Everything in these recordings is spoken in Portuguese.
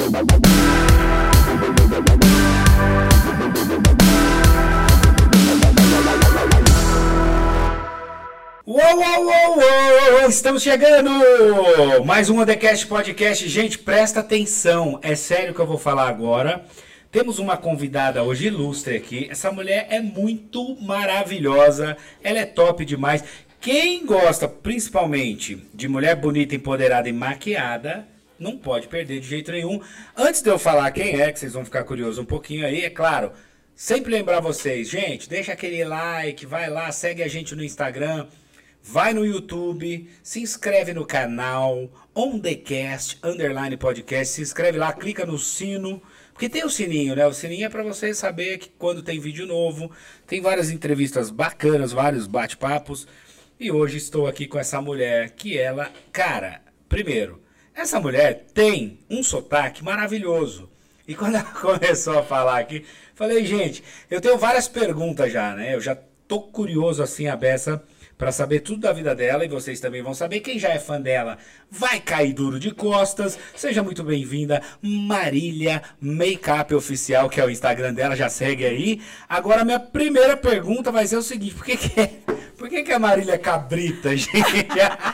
Uou, uou, uou, uou! Estamos chegando! Mais um ODCast Podcast. Gente, presta atenção. É sério que eu vou falar agora. Temos uma convidada hoje ilustre aqui. Essa mulher é muito maravilhosa. Ela é top demais. Quem gosta, principalmente, de mulher bonita, empoderada e maquiada, não pode perder de jeito nenhum. Antes de eu falar quem é, que vocês vão ficar curiosos um pouquinho aí, é claro, sempre lembrar vocês, gente, deixa aquele like, vai lá, segue a gente no Instagram, vai no YouTube, se inscreve no canal, OnTheCast, _podcast, se inscreve lá, clica no sino, porque tem o sininho, né? O sininho é para você saber que quando tem vídeo novo, tem várias entrevistas bacanas, vários bate-papos, e hoje estou aqui com essa mulher que ela, cara, primeiro, essa mulher tem um sotaque maravilhoso. E quando ela começou a falar aqui, falei, gente, eu tenho várias perguntas já, né? Eu já tô curioso assim, a beça, para saber tudo da vida dela, e vocês também vão saber. Quem já é fã dela vai cair duro de costas. Seja muito bem-vinda, Marília Makeup Oficial, que é o Instagram dela, já segue aí. Agora, minha primeira pergunta vai ser o seguinte, por que a Marília é cabrita, gente?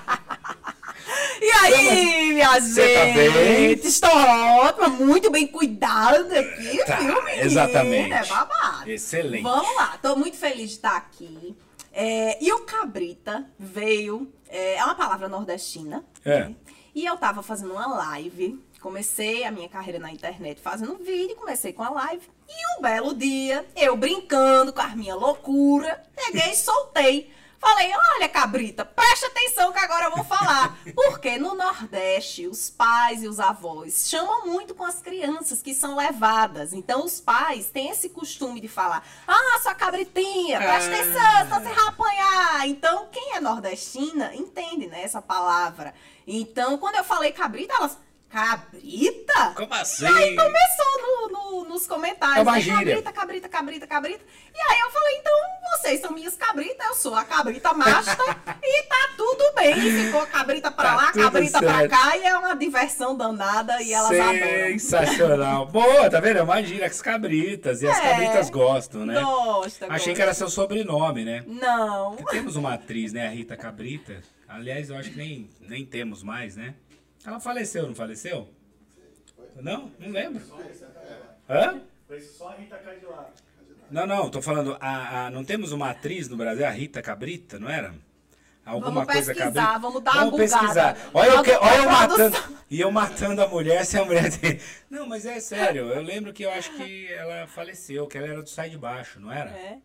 E aí, minha gente? Você tá bem? Estou ótima, muito bem cuidada aqui, Tá, viu, menina? exatamente. É babado. Excelente. Vamos lá, tô muito feliz de estar aqui. E o cabrita veio, é uma palavra nordestina. É. Né? E eu tava fazendo uma live, comecei a minha carreira na internet fazendo vídeo, comecei com a live. E um belo dia, eu brincando com a minha loucura, peguei e soltei. Falei, olha, cabrita, presta atenção que agora eu vou falar. Porque no Nordeste, os pais e os avós chamam muito com as crianças que são levadas. Então, os pais têm esse costume de falar, sua cabritinha, presta atenção, senão você vai apanhar. Então, quem é nordestina entende, né, essa palavra. Então, quando eu falei cabrita, elas... Cabrita? Como assim? E aí começou nos comentários. É uma gíria. Cabrita. E aí eu falei, então vocês são minhas cabritas, eu sou a cabrita master e tá tudo bem. E ficou cabrita pra lá, cabrita pra cá e é uma diversão danada e elas adoram. Sensacional. Boa, tá vendo? É uma gíria as cabritas e as cabritas gostam, né? Achei que era seu sobrenome, né? Não. Porque temos uma atriz, né? A Rita Cabrita. Aliás, eu acho que nem temos mais, né? Ela faleceu, não faleceu? Não? Não lembro. Hã? Foi só a Rita Cadillac. Não, tô falando, não temos uma atriz no Brasil, a Rita Cabrita, não era? Alguma coisa Cabrita? Vamos dar uma pesquisar. Olha eu matando, e eu matando a mulher, se a mulher tem... Não, mas é sério, eu lembro que eu acho que ela faleceu, que ela era do Sai de Baixo, não era? É.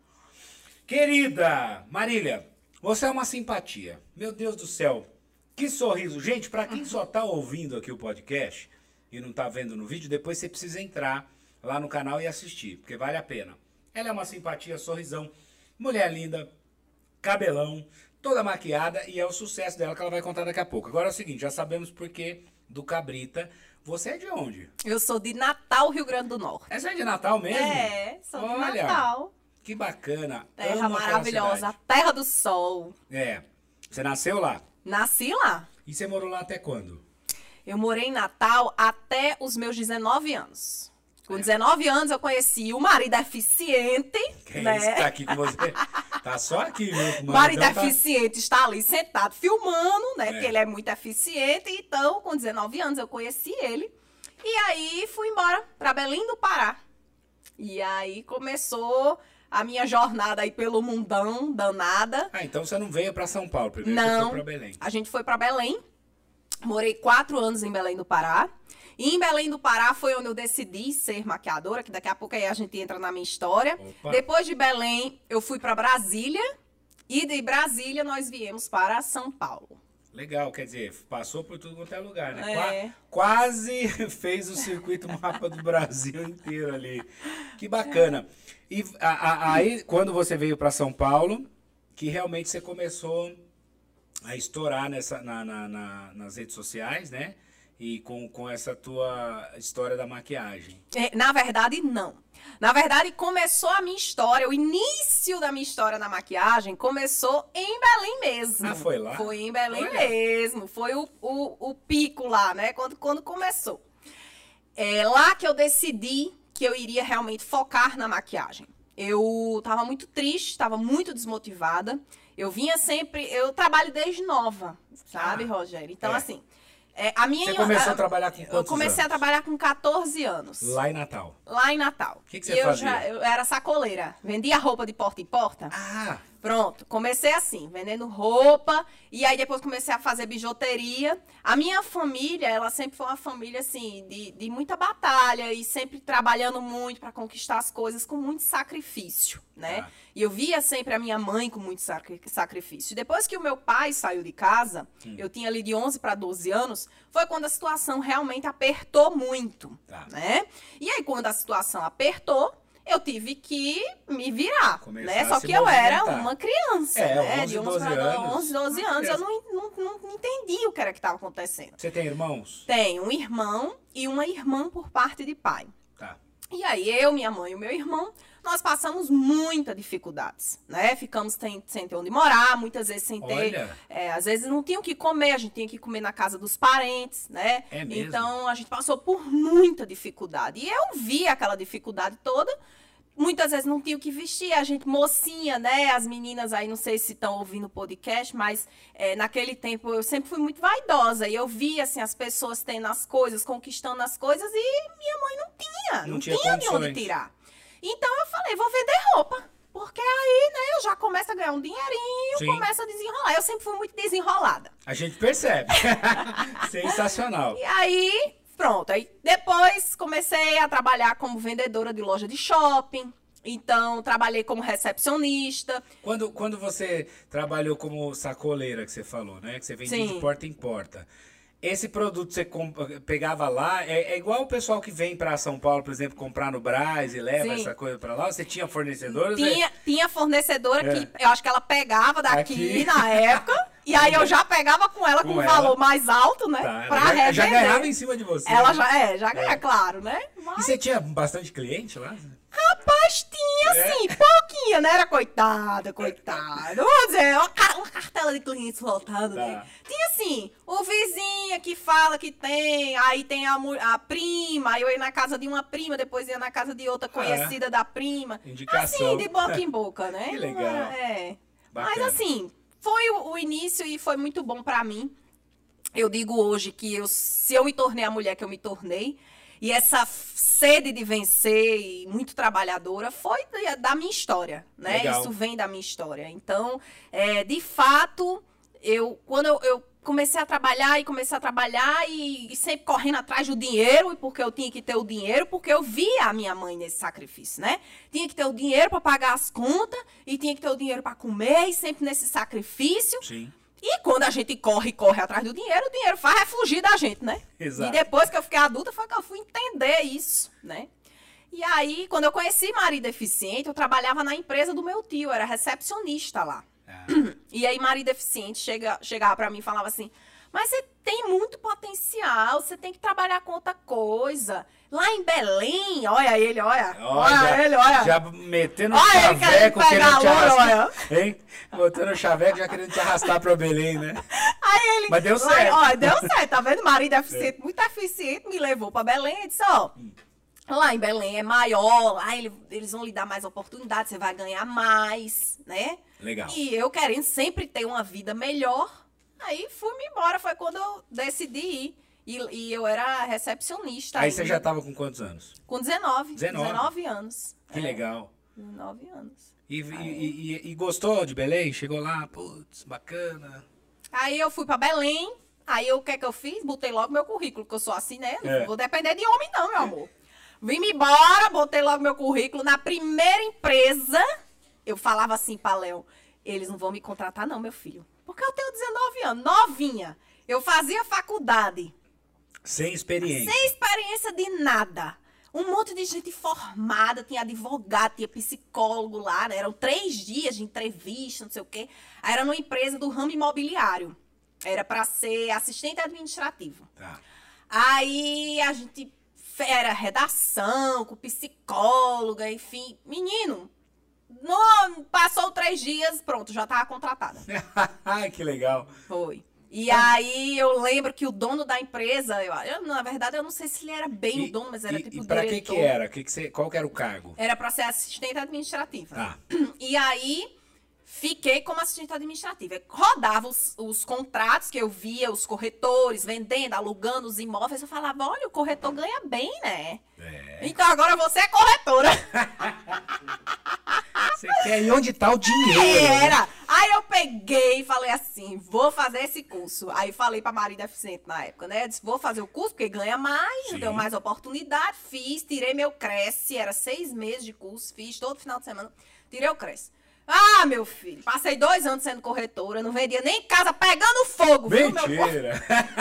Querida Marília, você é uma simpatia, meu Deus do céu. Que sorriso. Gente, pra quem só tá ouvindo aqui o podcast e não tá vendo no vídeo, depois você precisa entrar lá no canal e assistir, porque vale a pena. Ela é uma simpatia, sorrisão, mulher linda, cabelão, toda maquiada e é o sucesso dela que ela vai contar daqui a pouco. Agora é o seguinte, já sabemos por que do cabrita. Você é de onde? Eu sou de Natal, Rio Grande do Norte. Essa é de Natal mesmo? Sou Olha, de Natal. Que bacana. Terra Amo aquela maravilhosa, cidade. terra do sol. Você nasceu lá? Nasci lá. E você morou lá até quando? Eu morei em Natal até os meus 19 anos. Com 19 anos eu conheci o marido eficiente. Quem né? está aqui com você? Tá só aqui, viu? Marido eficiente está ali sentado filmando, né? É. Porque ele é muito eficiente. Então, com 19 anos eu conheci ele. E aí fui embora para Belém do Pará. E aí começou a minha jornada aí pelo mundão danada. Então você não veio para São Paulo primeiro, você Não, foi para Belém. a gente foi para Belém. Morei 4 anos em Belém do Pará. E em Belém do Pará foi onde eu decidi ser maquiadora, que daqui a pouco aí a gente entra na minha história. Opa. Depois de Belém, eu fui para Brasília. E de Brasília nós viemos para São Paulo. Legal, quer dizer, passou por tudo quanto é lugar, né? É. Quase fez o circuito mapa do Brasil inteiro ali. Que bacana. E aí, quando você veio para São Paulo, que realmente você começou a estourar nas redes sociais, né? E com essa tua história da maquiagem. Na verdade, não. Na verdade, começou a minha história, o início da minha história na maquiagem começou em Belém mesmo. Ah, foi lá? Foi em Belém Olha. mesmo. Foi o pico lá, né? Quando começou. É lá que eu decidi que eu iria realmente focar na maquiagem. Eu tava muito triste, tava muito desmotivada. Eu trabalho desde nova, sabe, Rogério? Então, assim, Você começou a trabalhar com quantos Eu comecei anos? a trabalhar com 14 anos. Lá em Natal. Lá em Natal. O que você fazia? Eu era sacoleira. Vendia roupa de porta em porta. Ah, Pronto, comecei assim, vendendo roupa, e aí depois comecei a fazer bijuteria. A minha família, ela sempre foi uma família, assim, de muita batalha e sempre trabalhando muito para conquistar as coisas com muito sacrifício, né? Ah. E eu via sempre a minha mãe com muito sacrifício. Depois que o meu pai saiu de casa, eu tinha ali de 11 para 12 anos, foi quando a situação realmente apertou muito, Tá. né? E aí, quando a situação apertou, eu tive que me virar, Começar né? a Só se que eu era movimentar. uma criança, É, né? 11, De 11 12 para anos. 11, 12 Uma anos. Eu criança. não entendi o que era que estava acontecendo. você tem irmãos? Tenho um irmão e uma irmã por parte de pai. Tá. E aí, eu, minha mãe e o meu irmão, nós passamos muitas dificuldades, né? Ficamos sem ter onde morar, muitas vezes sem ter... Olha. às vezes não tinha o que comer, a gente tinha que comer na casa dos parentes, né? É mesmo? Então, a gente passou por muita dificuldade. E eu vi aquela dificuldade toda. Muitas vezes não tinha o que vestir, a gente mocinha, né? As meninas aí, não sei se estão ouvindo o podcast, mas naquele tempo eu sempre fui muito vaidosa. E eu via, assim, as pessoas tendo as coisas, conquistando as coisas, e minha mãe não tinha de onde condições. tirar. Então eu falei, vou vender roupa. Porque aí, né, eu já começo a ganhar um dinheirinho, Sim. começo a desenrolar. Eu sempre fui muito desenrolada. A gente percebe. Sensacional. E aí, pronto. Aí depois comecei a trabalhar como vendedora de loja de shopping. Então, trabalhei como recepcionista. Quando você trabalhou como sacoleira, que você falou, né? Que você vendia Sim. de porta em porta. Esse produto você pegava lá, é igual o pessoal que vem para São Paulo, por exemplo, comprar no Brás e leva Sim. essa coisa para lá? Você tinha fornecedores? Tinha fornecedora É. que eu acho que ela pegava daqui Aqui. na época. E aí eu já pegava com ela com um ela. valor mais alto, né? Tá, Pra ela já revender. ganhava em cima de você. Ela né? já ganha, claro, né? E Mas, você tinha bastante cliente lá? rapaz, tinha assim, pouquinha, né? Era coitada. Vamos dizer, uma cartela de clientes lotada, né? Tá. Tinha assim, o vizinho que fala que tem, aí tem a prima, aí eu ia na casa de uma prima, depois ia na casa de outra conhecida da prima. Indicação. Assim, de boca em boca, né? Que legal. Mas Bacana. assim, foi o início e foi muito bom pra mim. Eu digo hoje que se eu me tornei a mulher que eu me tornei, e essa sede de vencer e muito trabalhadora foi da minha história, né? Legal. Isso vem da minha história. Então, de fato, quando eu comecei a trabalhar e sempre correndo atrás do dinheiro, e porque eu tinha que ter o dinheiro, porque eu via a minha mãe nesse sacrifício, né? Tinha que ter o dinheiro para pagar as contas e tinha que ter o dinheiro para comer, e sempre nesse sacrifício. Sim. E quando a gente corre atrás do dinheiro, o dinheiro faz fugir da gente, né? Exato. E depois que eu fiquei adulta, foi que eu fui entender isso, né? E aí, quando eu conheci Maria Deficiente, eu trabalhava na empresa do meu tio, eu era recepcionista lá. Ah, E aí, Maria Deficiente chegava pra mim e falava assim, mas você tem muito potencial, você tem que trabalhar com outra coisa. Lá em Belém, olha ele, olha ele, olha. Já metendo o Olha ele chaveco, querendo pegar querendo te louro, arrastar. Hein? Botando o chaveco, já querendo te arrastar pra Belém, né? Aí ele, Mas deu lá, certo. Ó, deu certo, tá vendo? Maria Deficiente, muito eficiente, me levou pra Belém e disse, ó, lá em Belém é maior, lá eles vão lhe dar mais oportunidades, você vai ganhar mais, né? Legal. E eu querendo sempre ter uma vida melhor, aí fui-me embora, foi quando eu decidi ir. E eu era recepcionista. Aí ainda. você já tava com quantos anos? Com 19. 19? 19 anos. Que legal. 19 anos. E gostou de Belém? Chegou lá, putz, bacana. Aí eu fui pra Belém, aí o que é que eu fiz? Botei logo meu currículo, que eu sou assim, né? Não É. vou depender de homem não, meu amor. Vim-me embora, botei logo meu currículo. Na primeira empresa, eu falava assim pra Léo, eles não vão me contratar não, meu filho. Porque eu tenho 19 anos, novinha. Eu fazia faculdade. Sem experiência. Sem experiência de nada. Um monte de gente formada, tinha advogado, tinha psicólogo lá, né? Eram 3 dias de entrevista, não sei o quê. Aí era numa empresa do ramo imobiliário. Era para ser assistente administrativo. Tá. Aí a gente era redação, com psicóloga, enfim. Menino, passou 3 dias, pronto, já tava contratada. Que legal. Foi. E aí eu lembro que o dono da empresa, na verdade eu não sei se ele era bem o dono, mas era tipo o pra diretor. que era? Qual que era o cargo? Era para ser assistente administrativa. Tá. E aí fiquei como assistente administrativa. Rodava os contratos que eu via, os corretores vendendo, alugando os imóveis. Eu falava, olha, o corretor ganha bem, né? Então agora você é corretora. Você quer ir onde tá o dinheiro? Era. Né? Aí eu peguei e falei assim, vou fazer esse curso. Aí falei pra Maria Deficiente na época, né? Eu disse, vou fazer o curso porque ganha mais, deu mais oportunidade. Fiz, tirei meu Cresce, era 6 meses de curso, fiz todo final de semana, tirei o Cresce. Ah, meu filho, passei 2 anos sendo corretora, não vendia nem casa pegando fogo. Mentira!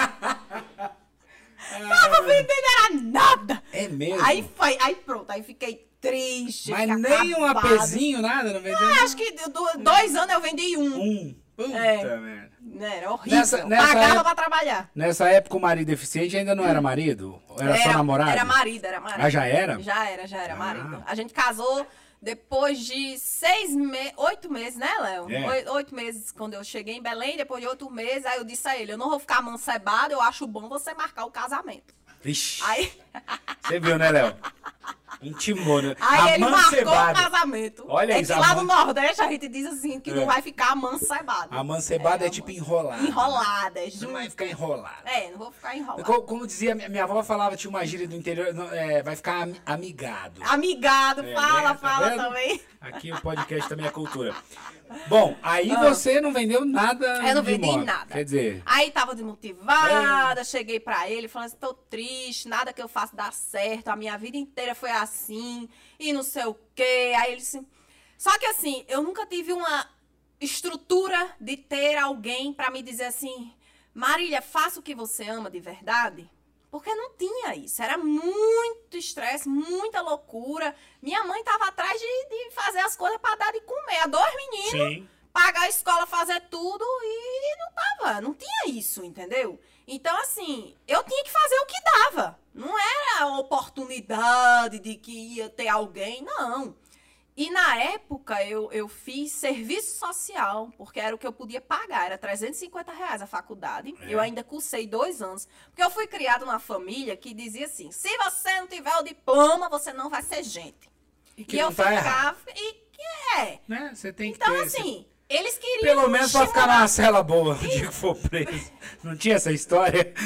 Tava vendendo, era nada. É mesmo? Aí pronto, aí fiquei triste. Mas nem um apezinho, nada? Não vendeu? Acho que 2 anos eu vendi um. Puta merda. Era horrível. Nessa Pagava época, pra trabalhar. Nessa época o marido deficiente ainda não era marido? Era só namorado? Era marido. Ah, já era? Já era marido. A gente casou depois de 8 meses, né, Léo? 8 meses quando eu cheguei em Belém, depois de 8 meses, aí eu disse a ele, eu não vou ficar amancebada, eu acho bom você marcar o casamento. Vixe. Aí... Você viu, né, Léo? Intimou, né? Aí ele marcou o casamento. Olha isso. Lá no Nordeste a gente diz assim, que não vai ficar amancebado. Amancebada é tipo enrolada. Enrolada, é Não junto. vai ficar enrolada. Não vou ficar enrolada. Como dizia, minha avó falava, tinha uma gíria do interior, vai ficar amigado. Amigado, fala tá também. Aqui o podcast também é cultura. Bom, aí você não vendeu nada. Eu não vendi nada. Quer dizer... Aí tava desmotivada, cheguei pra ele, falando assim, tô triste, nada que eu faço dá certo, a minha vida inteira foi assim, e não sei o quê. Aí ele disse... Só que assim, eu nunca tive uma estrutura de ter alguém pra me dizer assim, Marília, faça o que você ama de verdade. Porque não tinha isso. Era muito estresse, muita loucura. Minha mãe tava atrás de fazer as coisas para dar de comer. A 2 meninos, Sim. pagar a escola, fazer tudo e não tinha isso, entendeu? Então, assim, eu tinha que fazer o que dava. Não era a oportunidade de que ia ter alguém, não. E na época eu fiz serviço social, porque era o que eu podia pagar, era R$350 a faculdade. Eu ainda cursei 2 anos, porque eu fui criada numa família que dizia assim, se você não tiver o diploma, você não vai ser gente. E que eu não tá ficava, errado. Né? Você tem que Então, ter... assim, eles queriam... Pelo menos pra ficar numa cela boa no dia que for preso. Não tinha essa história?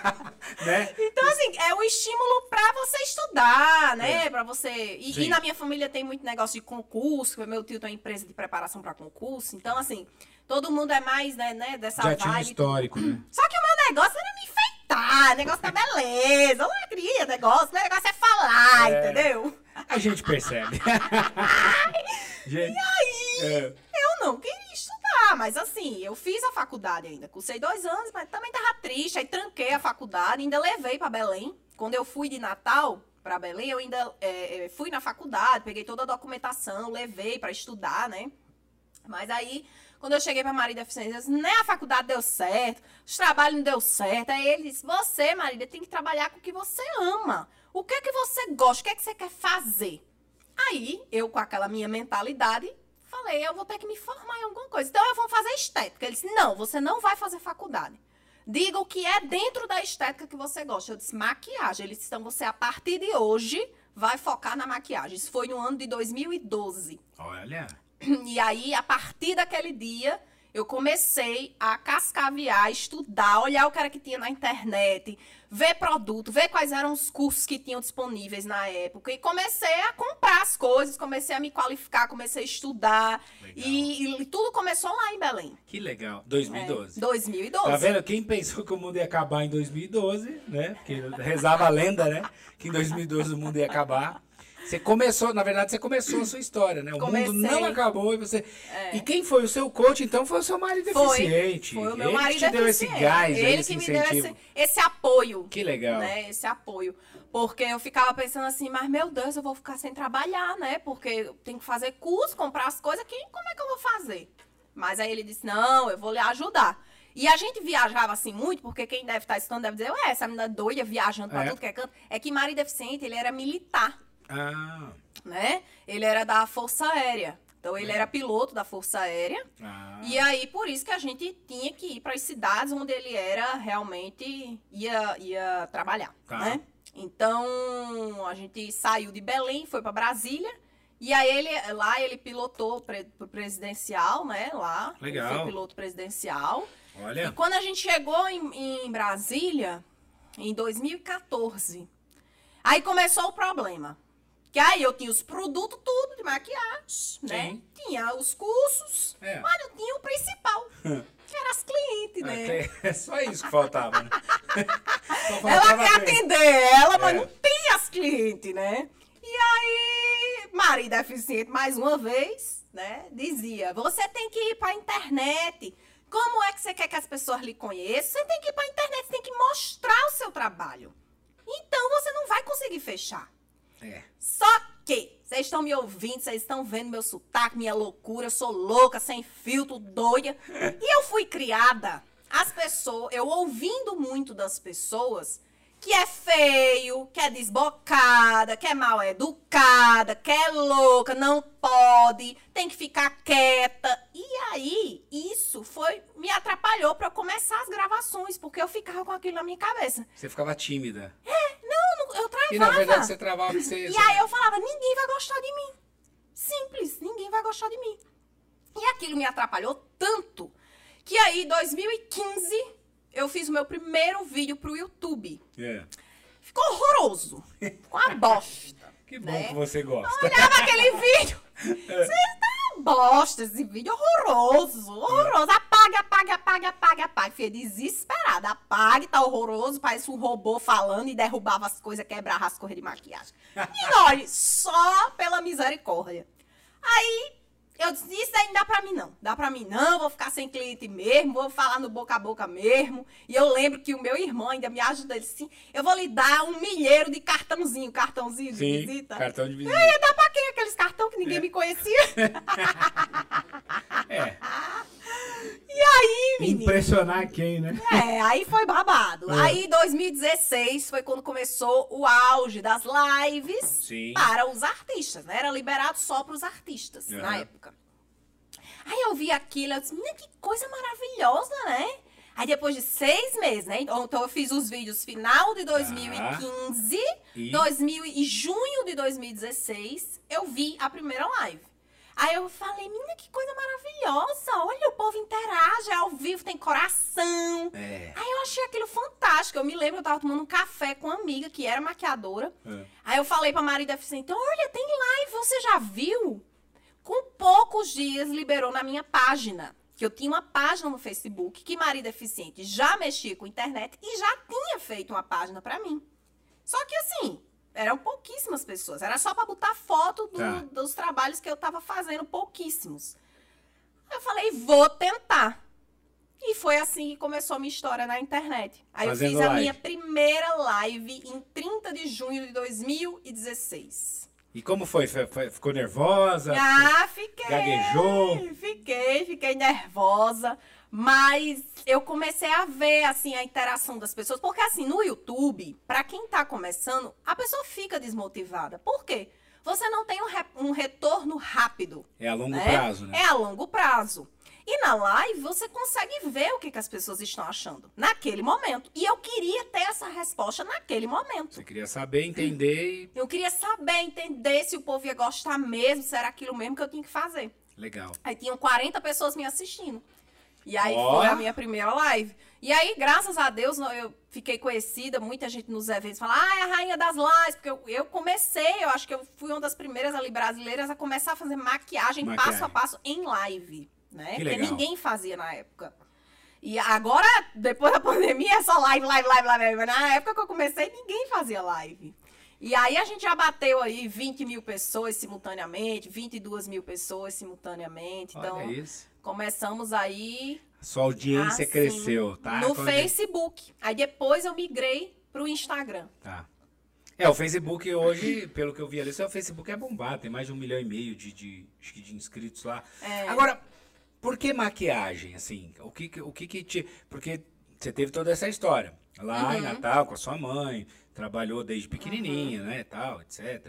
Né? Então, assim, é um estímulo pra você estudar, né? Pra você... E na minha família tem muito negócio de concurso, meu tio tem uma empresa de preparação pra concurso. Então, assim, todo mundo é mais, né dessa vibe. Já tinha um histórico, né? Só que o meu negócio era me enfeitar, negócio da beleza. Eu não queria negócio, o negócio é falar, entendeu? A gente percebe. E aí, eu não queria estudar, mas assim, eu fiz a faculdade ainda. Cursei 2 anos, mas também tava triste. Aí tranquei a faculdade, ainda levei pra Belém. Quando eu fui de Natal pra Belém, eu ainda fui na faculdade, peguei toda a documentação, levei pra estudar, né? Mas aí, quando eu cheguei pra Marília Deficiente, eu disse, nem a faculdade deu certo, os trabalhos não deu certo. Aí ele disse, você, Marília, tem que trabalhar com o que você ama. O que é que você gosta? O que é que você quer fazer? Aí, eu com aquela minha mentalidade, falei, eu vou ter que me formar em alguma coisa. Então, eu vou fazer estética. Ele disse, não, você não vai fazer faculdade. Diga o que é dentro da estética que você gosta. Eu disse, maquiagem. Ele disse, então, você, a partir de hoje, vai focar na maquiagem. Isso foi no ano de 2012. Olha. E aí, a partir daquele dia, eu comecei a cascavear, estudar, olhar o que era que tinha na internet, ver produto, ver quais eram os cursos que tinham disponíveis na época. E comecei a comprar as coisas, comecei a me qualificar, comecei a estudar. E tudo começou lá em Belém. Que legal. 2012. 2012. Tá vendo? Quem pensou que o mundo ia acabar em 2012, né? Porque rezava a lenda, né? Que em 2012 o mundo ia acabar. Você começou, na verdade, você começou a sua história, né? O mundo não acabou e você... E quem foi o seu coach, então, foi o seu marido deficiente. Foi o meu marido deficiente. Ele que te deu esse gás, ele esse que incentivo. me deu esse apoio. Que legal. Né? Esse apoio. Porque eu ficava pensando assim, mas meu Deus, eu vou ficar sem trabalhar, né? Porque eu tenho que fazer curso, comprar as coisas, como é que eu vou fazer? Mas aí ele disse, não, eu vou lhe ajudar. E a gente viajava assim muito, porque quem deve estar estudando deve dizer, essa menina doida viajando pra tudo que é canto. É que marido deficiente, ele era militar. Ah. Né? Ele era da Força Aérea. Então ele era piloto da Força Aérea. E aí por isso que a gente tinha que ir para as cidades onde ele era realmente ia trabalhar, né? Então a gente saiu de Belém, foi para Brasília. E aí ele pilotou pro presidencial, né? Lá. Legal. Ele foi piloto presidencial. Olha. E quando a gente chegou em Brasília, em 2014, aí começou o problema. Que aí eu tinha os produtos tudo de maquiagem, né? Tinha os cursos, mas não tinha o principal, que era as clientes, né? É só isso que faltava, né? Ela quer atender ela, mas não tem as clientes, né? E aí, marido deficiente, mais uma vez, né? Dizia, você tem que ir pra internet. Como é que você quer que as pessoas lhe conheçam? Você tem que ir pra internet, você tem que mostrar o seu trabalho. Então, você não vai conseguir fechar. Só que, vocês estão me ouvindo, vocês estão vendo meu sotaque, minha loucura, eu sou louca, sem filtro, doida. E eu fui criada, eu ouvindo muito das pessoas, que é feio, que é desbocada, que é mal educada, que é louca, não pode, tem que ficar quieta. E aí, isso me atrapalhou para eu começar as gravações, porque eu ficava com aquilo na minha cabeça. Você ficava tímida. Eu travava. E na verdade você travava. E aí eu falava, ninguém vai gostar de mim. Simples, ninguém vai gostar de mim. E aquilo me atrapalhou tanto, que aí, em 2015, eu fiz o meu primeiro vídeo pro YouTube. Ficou horroroso. Ficou uma bosta. Que bom que você gosta. Olhava aquele vídeo. Você tá uma bosta, esse vídeo horroroso. Horroroso. Apaga. Fiquei desesperada. Apague, tá horroroso. Parece um robô falando e derrubava as coisas, quebrava as coisas de maquiagem. E olha, só pela misericórdia. Aí, eu disse, isso aí não dá pra mim não. Dá pra mim não, vou ficar sem cliente mesmo, vou falar no boca a boca mesmo. E eu lembro que o meu irmão ainda me ajuda, ele disse, eu vou lhe dar 1 milheiro de cartãozinho de visita. Cartão de visita. Eu ia dar pra quem aqueles cartão que ninguém me conhecia? E aí, menino? Impressionar quem, né? Aí foi babado. Aí, 2016, foi quando começou o auge das lives para os artistas, né? Era liberado só para os artistas, na época. Aí eu vi aquilo, eu disse, menina, que coisa maravilhosa, né? Aí depois de 6 meses, né? Então eu fiz os vídeos final de 2015, e junho de 2016, eu vi a primeira live. Aí eu falei, menina, que coisa maravilhosa. Olha, o povo interage, é ao vivo, tem coração. Aí eu achei aquilo fantástico. Eu me lembro, eu tava tomando um café com uma amiga que era maquiadora. Aí eu falei pra marido deficiente, olha, tem live, você já viu? Com poucos dias liberou na minha página. Que eu tinha uma página no Facebook que marido deficiente já mexia com internet e já tinha feito uma página pra mim. Só que assim, eram pouquíssimas pessoas. Era só pra botar foto dos trabalhos que eu tava fazendo, pouquíssimos. Aí eu falei, vou tentar. E foi assim que começou a minha história na internet. Aí eu fiz a minha primeira live em 30 de junho de 2016. E como foi? Ficou nervosa? Fiquei. Gaguejou? Fiquei nervosa. Mas eu comecei a ver, assim, a interação das pessoas. Porque, assim, no YouTube, pra quem tá começando, a pessoa fica desmotivada. Por quê? Você não tem um retorno rápido. É a longo prazo, né? É a longo prazo. E na live, você consegue ver o que as pessoas estão achando naquele momento. E eu queria ter essa resposta naquele momento. Você queria saber, entender e... Eu queria saber, entender se o povo ia gostar mesmo, se era aquilo mesmo que eu tinha que fazer. Legal. Aí tinham 40 pessoas me assistindo. E aí foi a minha primeira live. E aí, graças a Deus, eu fiquei conhecida. Muita gente nos eventos fala, é a rainha das lives. Porque eu comecei, eu acho que eu fui uma das primeiras ali brasileiras a começar a fazer maquiagem passo a passo em live. Né? Que Porque legal. ninguém fazia na época. E agora, depois da pandemia, é só live. Na época que eu comecei, ninguém fazia live. E aí a gente já bateu aí 20 mil pessoas simultaneamente, 22 mil pessoas simultaneamente. Então, olha isso. Começamos aí... Sua audiência assim, cresceu, tá? No Facebook. Aí depois eu migrei pro Instagram. Tá. O Facebook hoje, pelo que eu vi ali, o Facebook é bombado. Tem mais de 1,5 milhão de inscritos lá. Agora... Por que maquiagem, assim? O que te... Porque você teve toda essa história. Lá em Natal, com a sua mãe, trabalhou desde pequenininha, né, tal, etc.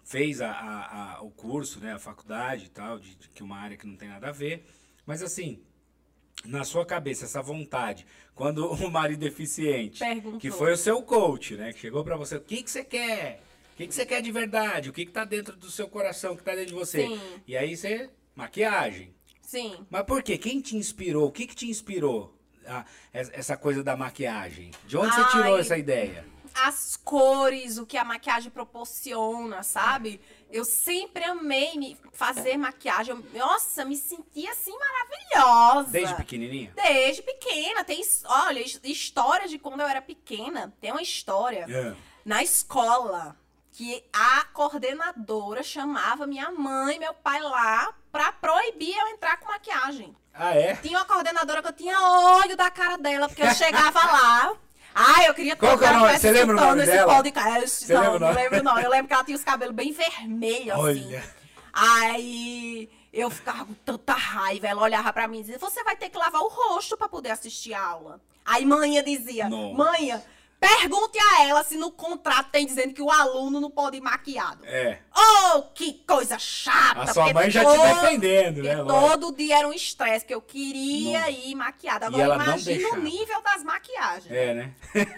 fez o curso, né, a faculdade e tal, de que uma área que não tem nada a ver. Mas assim, na sua cabeça, essa vontade, quando o marido deficiente, Perguntou. que foi o seu coach, né, que chegou pra você, o que você quer? O que você quer de verdade? O que tá dentro do seu coração, o que tá dentro de você? Sim. E aí você, maquiagem. Sim. Mas por quê? Quem te inspirou? O que te inspirou essa coisa da maquiagem? De onde você tirou essa ideia? As cores, o que a maquiagem proporciona, sabe? Eu sempre amei fazer maquiagem. Nossa, me sentia assim maravilhosa. Desde pequenininha? Desde pequena. Olha, histórias de quando eu era pequena. Tem uma história na escola que a coordenadora chamava minha mãe e meu pai lá pra proibir eu entrar com maquiagem. Ah, é? Tinha uma coordenadora que eu tinha ódio da cara dela, porque eu chegava lá... eu queria Qual que é o nome? Você lembra o nome dela? Podcast. Não lembro não. Eu lembro que ela tinha os cabelos bem vermelhos, assim. Olha. Aí eu ficava com tanta raiva. Ela olhava pra mim e dizia, você vai ter que lavar o rosto pra poder assistir a aula. Aí manhã dizia, manhã, pergunte a ela se no contrato tem dizendo que o aluno não pode ir maquiado. Oh, que coisa chata. A sua mãe já te defendendo, né? Todo dia era um estresse, que eu queria ir maquiada. Agora imagina o nível das maquiagens. É, né?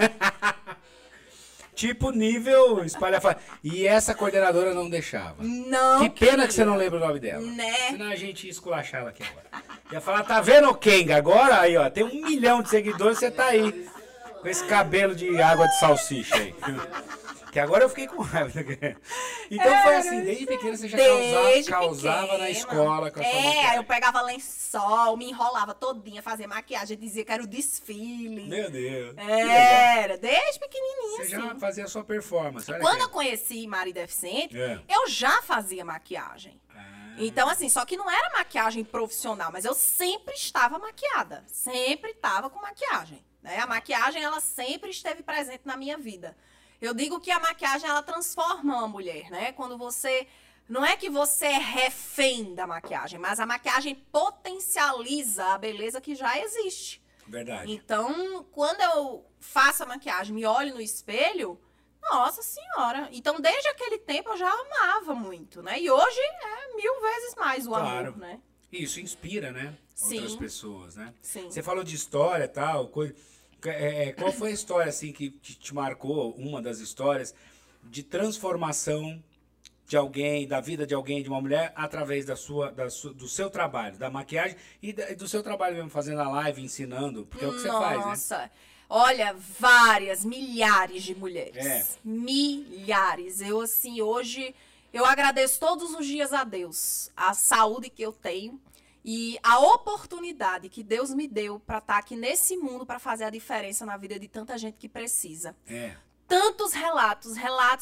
Tipo nível espalhafatoso. E essa coordenadora não deixava. Não. Que pena que você não lembra o nome dela. Né? Senão a gente ia esculachar ela aqui agora. Ia falar, tá vendo o Kenga? Agora aí, ó, tem 1 milhão de seguidores, você tá aí. Com esse cabelo de água de salsicha aí. Que agora eu fiquei com raiva. Então foi assim, desde pequena você já causava na escola com a sua maquiagem. Aí eu pegava lençol, me enrolava todinha, fazia maquiagem, dizia que era o desfile. Meu Deus. Era, desde pequenininha, Você já fazia a sua performance. Quando eu conheci marido deficiente, eu já fazia maquiagem. Então, assim, só que não era maquiagem profissional, mas eu sempre estava maquiada. Sempre estava com maquiagem. Né? A maquiagem, ela sempre esteve presente na minha vida. Eu digo que a maquiagem, ela transforma uma mulher, né? Quando você... Não é que você é refém da maquiagem, mas a maquiagem potencializa a beleza que já existe. Verdade. Então, quando eu faço a maquiagem, me olho no espelho, nossa senhora. Então, desde aquele tempo, eu já amava muito, né? E hoje é 1000 vezes mais o amor, né? Isso inspira, né? Sim. Outras pessoas, né? Sim. Você falou de história e tal, coisa... qual foi a história assim que te marcou, uma das histórias de transformação de alguém, da vida de alguém, de uma mulher, através do seu trabalho, da maquiagem e do seu trabalho mesmo, fazendo a live, ensinando, porque é o que você faz, né? Nossa, olha, milhares de mulheres. Milhares. Eu, assim, hoje, eu agradeço todos os dias a Deus, a saúde que eu tenho. E a oportunidade que Deus me deu para estar aqui nesse mundo para fazer a diferença na vida de tanta gente que precisa. Tantos relatos,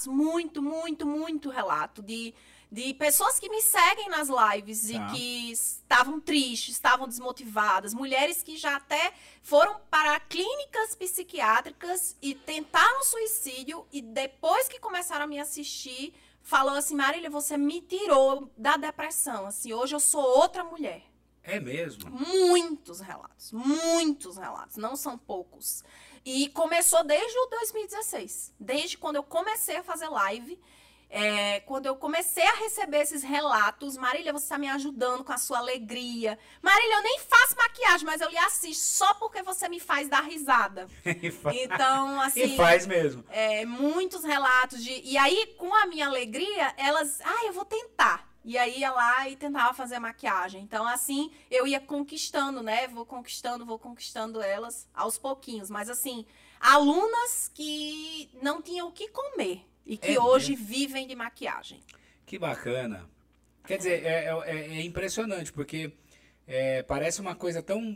muito relato de pessoas que me seguem nas lives e que estavam tristes, estavam desmotivadas, mulheres que já até foram para clínicas psiquiátricas e tentaram suicídio e depois que começaram a me assistir, falou assim, Marília, você me tirou da depressão, assim, hoje eu sou outra mulher. É mesmo? Muitos relatos, não são poucos. E começou desde o 2016, desde quando eu comecei a fazer live, quando eu comecei a receber esses relatos, Marília, você está me ajudando com a sua alegria. Marília, eu nem faço maquiagem, mas eu lhe assisto só porque você me faz dar risada. Então, assim... E faz mesmo. Muitos relatos de... E aí, com a minha alegria, elas... eu vou tentar. E aí ia lá e tentava fazer maquiagem. Então, assim, eu ia conquistando, né? Vou conquistando elas aos pouquinhos. Mas, assim, alunas que não tinham o que comer e que hoje vivem de maquiagem. Que bacana. Quer dizer, é impressionante, porque parece uma coisa tão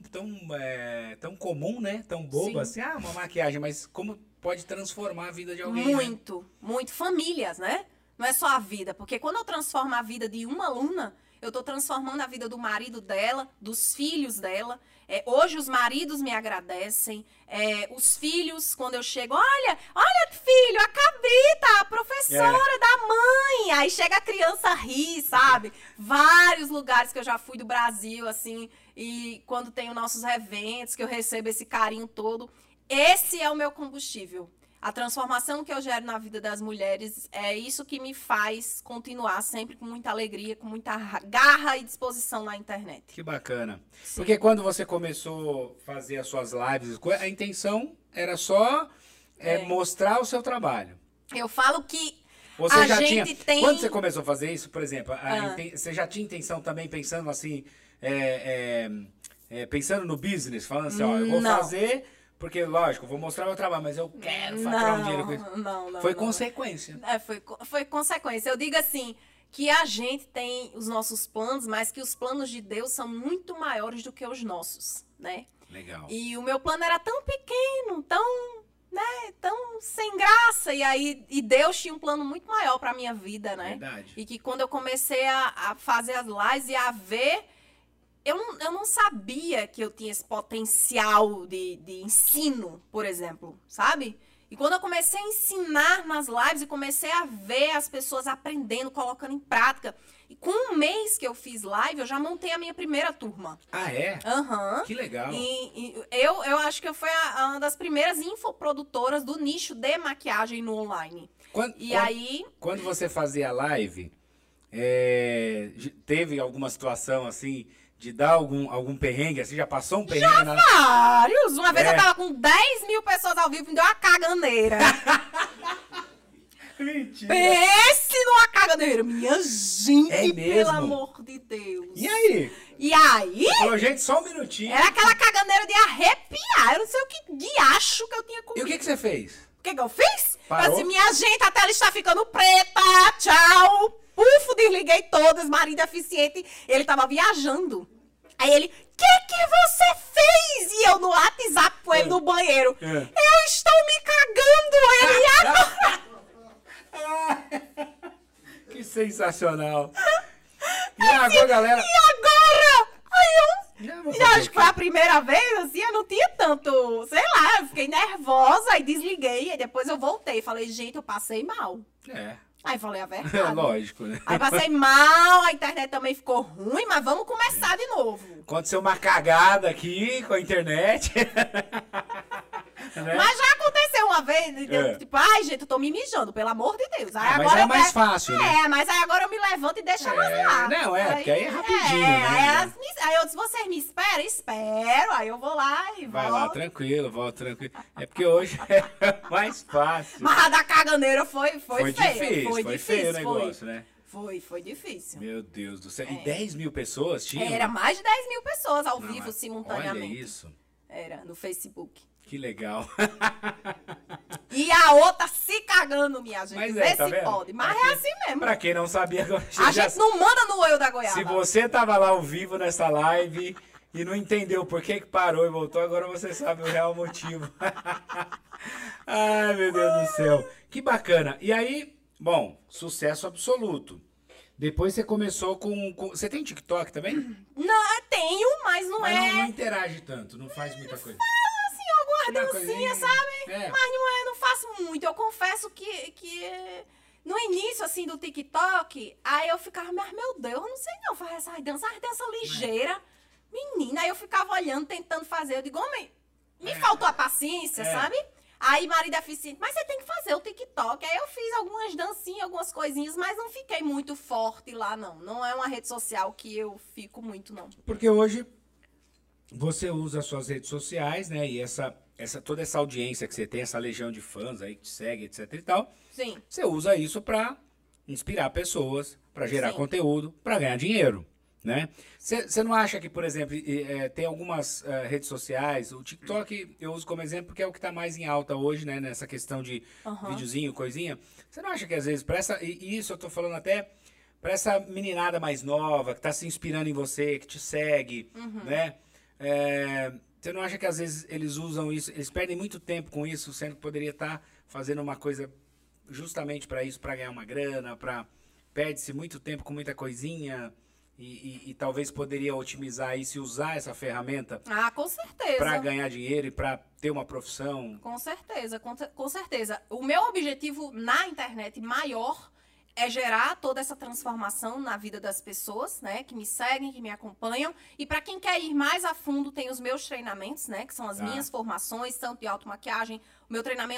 comum, né? Tão boba, assim, uma maquiagem, mas como pode transformar a vida de alguém, Muito. Famílias, né? Não é só a vida, porque quando eu transformo a vida de uma aluna, eu estou transformando a vida do marido dela, dos filhos dela. Hoje os maridos me agradecem, os filhos, quando eu chego, olha filho, a Cabrita, a professora da mãe. Aí chega a criança a rir, sabe? Vários lugares que eu já fui do Brasil, assim, e quando tenho nossos eventos, que eu recebo esse carinho todo. Esse é o meu combustível. a transformação que eu gero na vida das mulheres é isso que me faz continuar sempre com muita alegria, com muita garra e disposição na internet. Que bacana. Sim. Porque quando você começou a fazer as suas lives, a intenção era só mostrar o seu trabalho. Eu falo que Você a já gente tinha... tem... Quando você começou a fazer isso, por exemplo, você já tinha intenção também, pensando assim, pensando no business, falando assim, ó, eu vou Não. fazer, porque, lógico, eu vou mostrar meu trabalho, mas eu quero faturar um dinheiro com isso. Não. Foi consequência. Foi consequência. Eu digo assim, que a gente tem os nossos planos, mas que os planos de Deus são muito maiores do que os nossos, né? Legal. E o meu plano era tão pequeno, tão sem graça. E aí Deus tinha um plano muito maior para minha vida, né? Verdade. E que quando eu comecei a fazer as lives e a ver, eu não sabia que eu tinha esse potencial de ensino, por exemplo, sabe? E quando eu comecei a ensinar nas lives e comecei a ver as pessoas aprendendo, colocando em prática, e com um mês que eu fiz live, eu já montei a minha primeira turma. Ah, é? Aham. Que legal. E eu acho que eu fui uma das primeiras infoprodutoras do nicho de maquiagem no online. Quando você fazia live, teve alguma situação assim de dar algum perrengue? Assim, já passou um perrengue na... Vários! Uma vez eu tava com 10 mil pessoas ao vivo e me deu uma caganeira. Mentira. Pense numa caganeira. Minha gente, É mesmo? pelo amor de Deus. E aí? E aí? Falou, gente, só um minutinho. Era aquela caganeira de arrepiar. Eu não sei o que diacho que eu tinha E comido. o que você fez? O que eu fiz? Parou? Eu disse, minha gente, a tela está ficando preta. Tchau. Pufo, desliguei todas. Marido eficiente. Ele tava viajando. Aí ele, que você fez? E eu no WhatsApp com ele no banheiro. Eu estou me cagando. Ele, agora... Que sensacional. E agora, galera... E agora? Aí Já vou eu fazer acho que foi a primeira vez, assim, eu não tinha tanto, sei lá, eu fiquei nervosa, aí desliguei, aí depois eu voltei, falei, gente, eu passei mal. Aí falei a verdade. Lógico, né? Aí passei mal, a internet também ficou ruim, mas vamos começar de novo. Aconteceu uma cagada aqui com a internet. Né? Mas já aconteceu uma vez, tipo, ai, gente, eu tô me mijando, pelo amor de Deus. Aí mas agora é mais fácil, né? mas aí agora eu me levanto e deixo elas lá. Não, porque aí é rapidinho, né? Aí eu disse, vocês me esperam? Espero. Aí eu vou lá e Vai volto. lá, tranquilo, volta tranquilo. É porque hoje é mais fácil. Mas a da caganeira foi Foi feia. difícil, foi difícil, feio o negócio, né? Foi difícil. Meu Deus do céu. E 10 mil pessoas tinham? Era mais de 10 mil pessoas ao Não, vivo mas simultaneamente. Olha isso. Era, no Facebook. Que legal. E a outra se cagando, minha gente. Mas Vê tá se vendo? pode. Mas Pra é assim mesmo. Pra quem não sabia, agora A gente não manda no olho da goiaba. Se você tava lá ao vivo nessa live e não entendeu por que parou e voltou, agora você sabe o real motivo. Ai, meu Deus do céu. Que bacana. E aí, bom, sucesso absoluto. Depois você começou com... Você tem TikTok também? Não, eu tenho, mas não Mas é... não interage tanto, não faz muita coisa. Assim, algumas Uma dancinhas, coisinha. sabe? Mas não faço muito. Eu confesso que no início, assim, do TikTok, aí eu ficava, mas meu Deus, eu não sei não, faz essa dança ligeira. Menina, aí eu ficava olhando, tentando fazer. Eu digo, homem, me faltou a paciência, sabe? Aí, marido eficiente, mas você tem que fazer o TikTok. Aí eu fiz algumas dancinhas, algumas coisinhas, mas não fiquei muito forte lá, não. Não é uma rede social que eu fico muito, não. Porque hoje você usa as suas redes sociais, né? E toda essa audiência que você tem, essa legião de fãs aí que te segue, etc e tal. Sim. Você usa isso pra inspirar pessoas, pra gerar Sim. conteúdo, pra ganhar dinheiro, né? Você não acha que, por exemplo, tem algumas redes sociais, o TikTok eu uso como exemplo porque é o que tá mais em alta hoje, né? Nessa questão de videozinho, coisinha. Você não acha que às vezes, e isso eu tô falando até pra essa meninada mais nova, que tá se inspirando em você, que te segue, né? Você não acha que às vezes eles usam isso, eles perdem muito tempo com isso, sendo que poderia estar fazendo uma coisa justamente para isso, para ganhar uma grana, perde-se muito tempo com muita coisinha e talvez poderia otimizar isso e usar essa ferramenta Ah, com certeza. para ganhar dinheiro e para ter uma profissão. Com certeza, com certeza. O meu objetivo na internet maior é gerar toda essa transformação na vida das pessoas, né, que me seguem, que me acompanham. E para quem quer ir mais a fundo, tem os meus treinamentos, né, que são as minhas formações, tanto de automaquiagem, o meu treinamento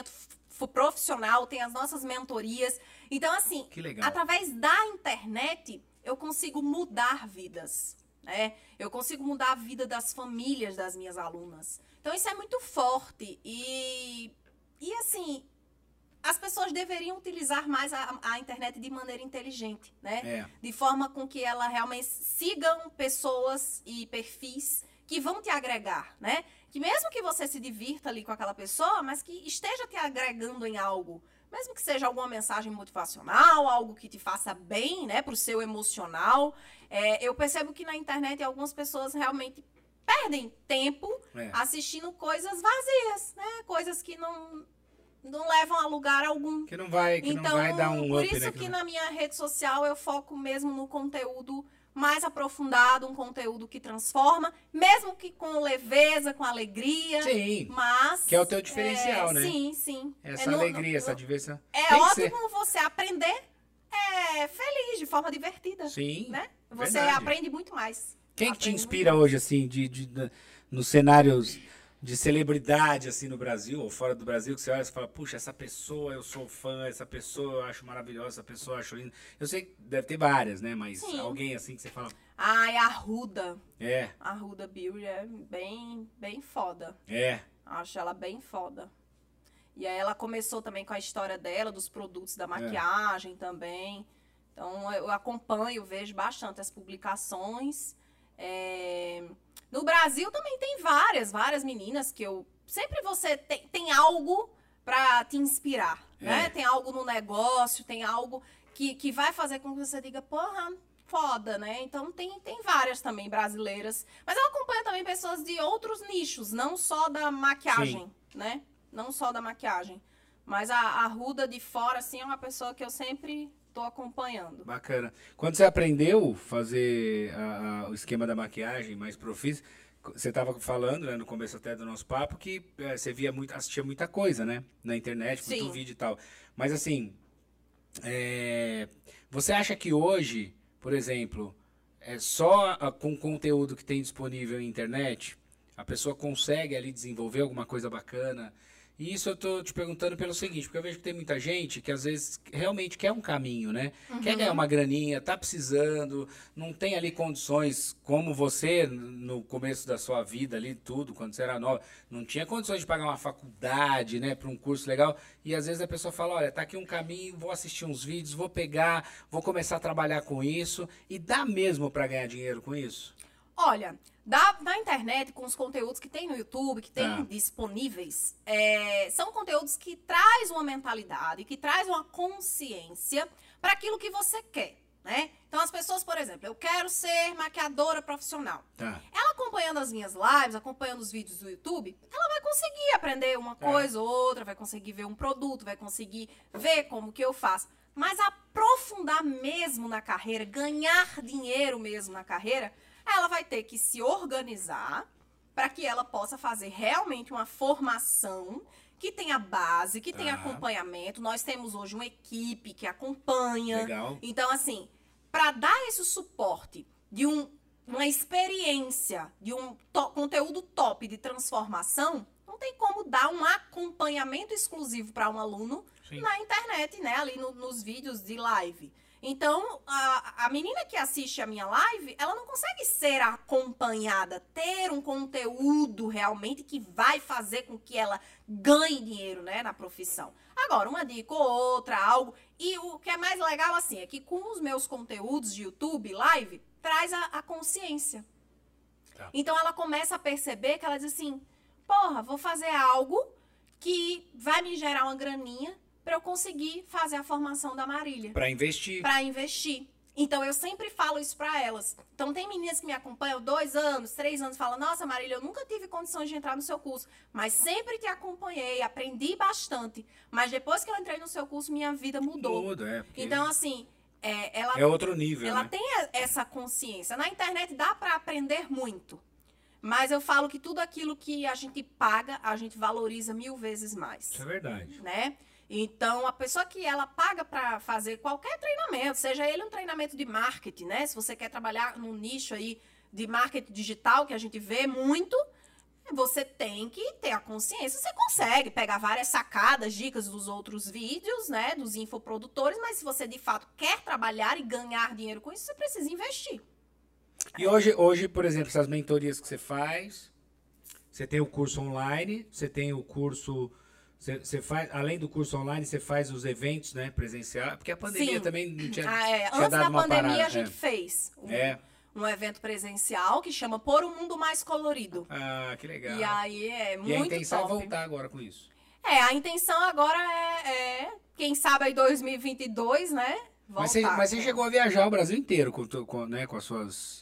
profissional, tem as nossas mentorias. Então, assim, Que legal. através da internet, eu consigo mudar vidas, né? Eu consigo mudar a vida das famílias das minhas alunas. Então, isso é muito forte. E assim, as pessoas deveriam utilizar mais a internet de maneira inteligente, né? De forma com que ela realmente sigam pessoas e perfis que vão te agregar, né? Que mesmo que você se divirta ali com aquela pessoa, mas que esteja te agregando em algo. Mesmo que seja alguma mensagem motivacional, algo que te faça bem, né? Pro seu emocional. Eu percebo que na internet algumas pessoas realmente perdem tempo assistindo coisas vazias, né? Coisas que não levam a lugar algum. Que não vai dar um por up, isso né? que na minha rede social eu foco mesmo no conteúdo mais aprofundado, um conteúdo que transforma, mesmo que com leveza, com alegria. Sim. Mas Que é o teu diferencial, né? Sim, sim. Essa alegria, essa diversão. É ótimo você aprender feliz, de forma divertida. Sim. Né? Você verdade. aprende muito mais. Quem que te Aprende inspira muito mais. hoje, assim, nos cenários de celebridade, assim, no Brasil ou fora do Brasil, que você olha e fala, puxa, essa pessoa eu sou fã, essa pessoa eu acho maravilhosa, essa pessoa eu acho linda. Eu sei que deve ter várias, né? Mas Sim. alguém assim que você fala... Ai, a Ruda. É, A Ruda Beauty é bem, bem foda. é. Acho ela bem foda. E aí ela começou também com a história dela, dos produtos da maquiagem também. Então eu acompanho, vejo bastante as publicações. No Brasil também tem várias meninas que eu... Sempre você tem algo pra te inspirar, né? Tem algo no negócio, tem algo que vai fazer com que você diga, porra, foda, né? Então tem várias também brasileiras. Mas eu acompanho também pessoas de outros nichos, não só da maquiagem, né? Não só da maquiagem. Mas a Ruda de fora, assim, é uma pessoa que eu sempre tô acompanhando. Bacana. Quando você aprendeu fazer o esquema da maquiagem mais profissa, você estava falando, né, no começo até do nosso papo, que você assistia muita coisa, né? Na internet, muito Sim. vídeo e tal. Mas assim, você acha que hoje, por exemplo, só com o conteúdo que tem disponível na internet, a pessoa consegue ali desenvolver alguma coisa bacana? E isso eu tô te perguntando pelo seguinte, porque eu vejo que tem muita gente que às vezes realmente quer um caminho, né? Quer ganhar uma graninha, tá precisando, não tem ali condições, como você no começo da sua vida ali, tudo, quando você era nova, não tinha condições de pagar uma faculdade, né, para um curso legal. E às vezes a pessoa fala, olha, tá aqui um caminho, vou assistir uns vídeos, vou pegar, vou começar a trabalhar com isso. E dá mesmo para ganhar dinheiro com isso? Olha, na internet, com os conteúdos que tem no YouTube, que tem disponíveis, são conteúdos que traz uma mentalidade, que traz uma consciência para aquilo que você quer, né? Então, as pessoas, por exemplo, eu quero ser maquiadora profissional. Tá. Ela acompanhando as minhas lives, acompanhando os vídeos do YouTube, ela vai conseguir aprender uma coisa ou outra, vai conseguir ver um produto, vai conseguir ver como que eu faço. Mas aprofundar mesmo na carreira, ganhar dinheiro mesmo na carreira, ela vai ter que se organizar para que ela possa fazer realmente uma formação que tenha base, que tenha acompanhamento. Nós temos hoje uma equipe que acompanha. Legal. Então, assim, para dar esse suporte de uma experiência, de um conteúdo top de transformação, não tem como dar um acompanhamento exclusivo para um aluno na internet, né? Ali nos vídeos de live. Então, a menina que assiste a minha live, ela não consegue ser acompanhada, ter um conteúdo realmente que vai fazer com que ela ganhe dinheiro, né, na profissão. Agora, uma dica ou outra, algo. E o que é mais legal, assim, é que com os meus conteúdos de YouTube, live, traz a consciência. Tá. Então, ela começa a perceber que ela diz assim, porra, vou fazer algo que vai me gerar uma graninha para eu conseguir fazer a formação da Marília. Para investir. Para investir. Então, eu sempre falo isso para elas. Então, tem meninas que me acompanham 2 anos, 3 anos, falam, nossa, Marília, eu nunca tive condições de entrar no seu curso, mas sempre te acompanhei, aprendi bastante. Mas depois que eu entrei no seu curso, minha vida mudou. Muda, porque Então, assim, ela... é outro nível, Ela né? tem essa consciência. Na internet dá para aprender muito. Mas eu falo que tudo aquilo que a gente paga, a gente valoriza 1000 vezes mais. Isso é verdade. Né? Então, a pessoa que ela paga para fazer qualquer treinamento, seja ele um treinamento de marketing, né? Se você quer trabalhar num nicho aí de marketing digital, que a gente vê muito, Você tem que ter a consciência. Você consegue pegar várias sacadas, dicas dos outros vídeos, né? Dos infoprodutores, mas se você de fato quer trabalhar e ganhar dinheiro com isso, você precisa investir. E hoje, por exemplo, essas mentorias que você faz, você tem o curso online, você tem o curso... Você faz, além do curso online, você faz os eventos, né, presencial, porque a pandemia Sim. também não tinha, Antes da pandemia, parada, a gente fez um evento presencial que chama Por um Mundo Mais Colorido. Ah, que legal. E aí é muito top. E a intenção é voltar agora com isso. A intenção agora quem sabe aí 2022, né, voltar. Mas você chegou a viajar o Brasil inteiro né, com as suas...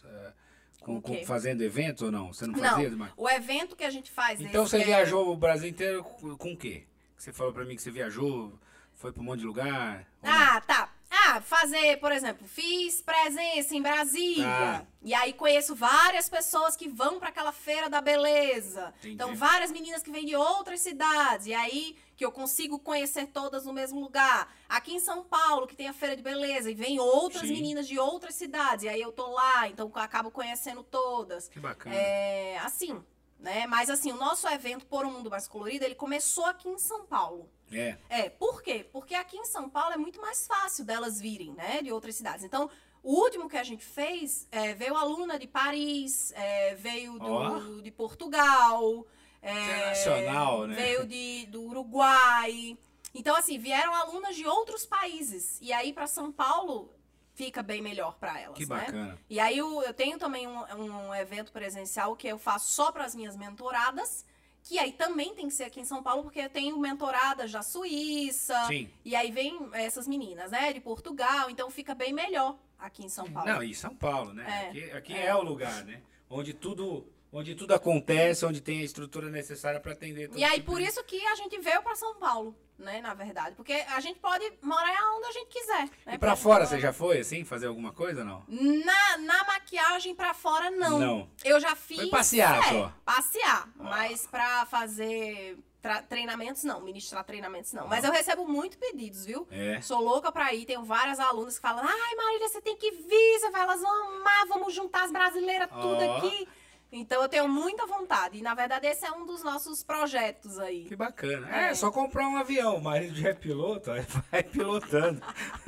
fazendo eventos ou não? Você não fazia? Não, o evento que a gente faz... Então você viajou o Brasil inteiro com o quê? Você falou pra mim que você viajou, foi pra um monte de lugar? Tá. Fazer, por exemplo, fiz presença em Brasília. E aí conheço várias pessoas que vão para aquela feira da beleza. Entendi. Então, várias meninas que vêm de outras cidades. E aí que eu consigo conhecer todas no mesmo lugar. Aqui em São Paulo, que tem a feira de beleza, e vem outras meninas de outras cidades. E aí eu tô lá, então eu acabo conhecendo todas. Que bacana. Assim, né? Mas assim, o nosso evento Por um Mundo Mais Colorido, ele começou aqui em São Paulo. Por quê? Porque aqui em São Paulo é muito mais fácil delas virem, né, de outras cidades. Então, o último que a gente fez, veio aluna de Paris, veio de Portugal, internacional, né? Veio do Uruguai. Então, assim, vieram alunas de outros países. E aí, para São Paulo, fica bem melhor para elas, que bacana. Né? E aí, eu tenho também um evento presencial que eu faço só para as minhas mentoradas, que aí também tem que ser aqui em São Paulo, porque eu tenho mentoradas da Suíça. Sim. E aí vem essas meninas, né, de Portugal. Então fica bem melhor aqui em São Paulo. Não, e São Paulo, né? Aqui é o lugar, né? Onde tudo acontece, onde tem a estrutura necessária para atender tudo. E aí, por isso que a gente veio para São Paulo, né, na verdade. Porque a gente pode morar onde a gente quiser. Né? E para fora, você já foi, assim, fazer alguma coisa, não? Na maquiagem para fora, não. Não. Eu já fiz... Foi passear só. Passear. Mas para fazer treinamentos, não. Ministrar treinamentos, não. Mas eu recebo muito pedidos, viu? Sou louca pra ir. Tenho várias alunas que falam, ai, Marília, você tem que vir. Elas vão amar, vamos juntar as brasileiras tudo aqui. Então eu tenho muita vontade. E na verdade esse é um dos nossos projetos aí. Que bacana. É só comprar um avião. O marido já é piloto, vai pilotando.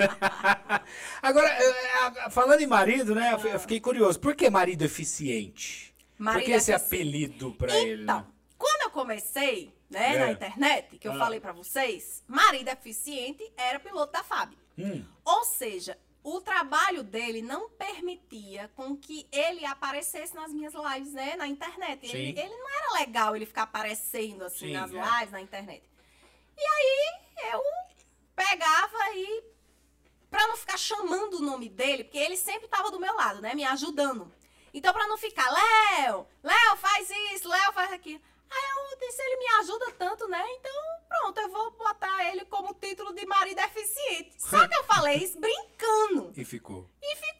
Agora, falando em marido, né? Eu fiquei curioso. Por que marido eficiente? Por que esse apelido pra ele? Então, quando eu comecei, né, na internet, que eu falei pra vocês, marido eficiente era piloto da FAB. Ou seja, o trabalho dele não permitia com que ele aparecesse nas minhas lives, né, na internet. Ele não era legal ele ficar aparecendo assim nas lives, na internet. E aí eu pegava e, pra não ficar chamando o nome dele, porque ele sempre tava do meu lado, né, me ajudando. Então, pra não ficar, Léo faz isso, Léo faz aquilo. Aí eu disse, ele me ajuda tanto, né? Então, pronto, eu vou botar ele como título de marido eficiente. Só que eu falei isso brincando. E ficou.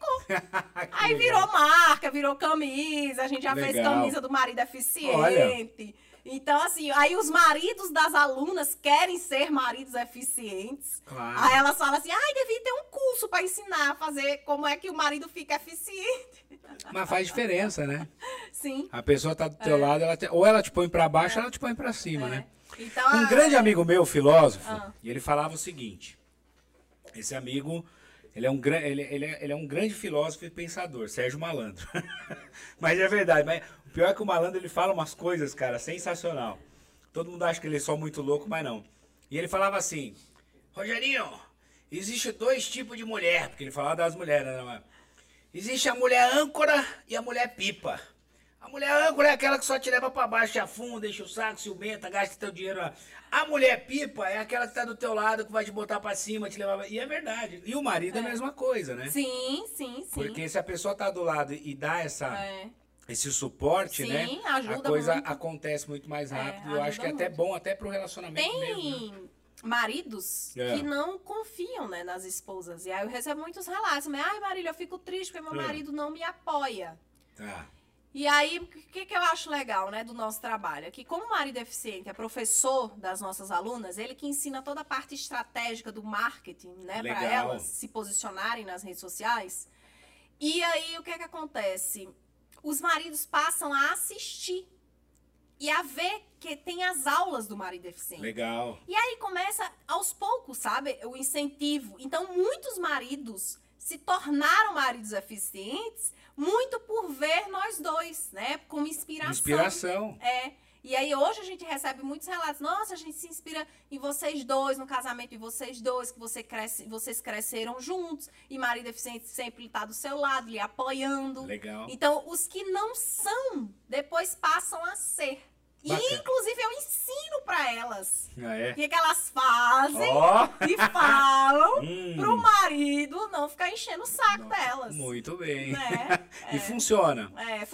Aí virou marca, virou camisa, a gente já fez camisa do marido eficiente. Olha. Então, assim, aí os maridos das alunas querem ser maridos eficientes. Claro. Aí elas falam assim, devia ter um curso pra ensinar a fazer como é que o marido fica eficiente. Mas faz diferença, né? Sim. A pessoa tá do teu lado, ou ela te põe pra baixo, ou ela te põe pra cima, né? Então, Um grande amigo meu, filósofo, e ele falava o seguinte, esse amigo, ele é um grande filósofo e pensador, Sérgio Malandro. Mas é verdade, mas o pior é que o Malandro, ele fala umas coisas, cara, sensacional. Todo mundo acha que ele é só muito louco, mas não. E ele falava assim, Rogerinho, existe 2 tipos de mulher, porque ele falava das mulheres, né? Existe a mulher âncora e a mulher pipa. A mulher âncora é aquela que só te leva pra baixo, te afunda, enche o saco, ciumenta, gasta teu dinheiro. A mulher pipa é aquela que tá do teu lado, que vai te botar pra cima, te levar... E é verdade. E o marido é a mesma coisa, né? Sim. Porque se a pessoa tá do lado e dá esse suporte, né? Ajuda a coisa muito. acontece muito mais rápido. Eu acho que é até bom até pro relacionamento mesmo, né? Maridos que não confiam, né, nas esposas. E aí eu recebo muitos relatos. Ai, Marília, eu fico triste porque meu marido não me apoia. Tá. E aí, o que eu acho legal, né, do nosso trabalho? É que como o marido eficiente é professor das nossas alunas, ele que ensina toda a parte estratégica do marketing, né, para elas se posicionarem nas redes sociais. E aí, o que acontece? Os maridos passam a assistir e a ver que tem as aulas do marido eficiente. Legal. E aí começa aos poucos, sabe? O incentivo. Então, muitos maridos se tornaram maridos eficientes muito por ver nós dois, né? Como inspiração. Inspiração. E aí hoje a gente recebe muitos relatos. Nossa, a gente se inspira em vocês dois, no casamento de vocês dois, que vocês cresceram juntos. E marido eficiente sempre está do seu lado, lhe apoiando. Legal. Então, os que não são, depois passam a ser. Bacana. E, inclusive, eu ensino para elas É. o que elas fazem Ó. e falam pro marido não ficar enchendo o saco delas. Muito bem. Né? E funciona.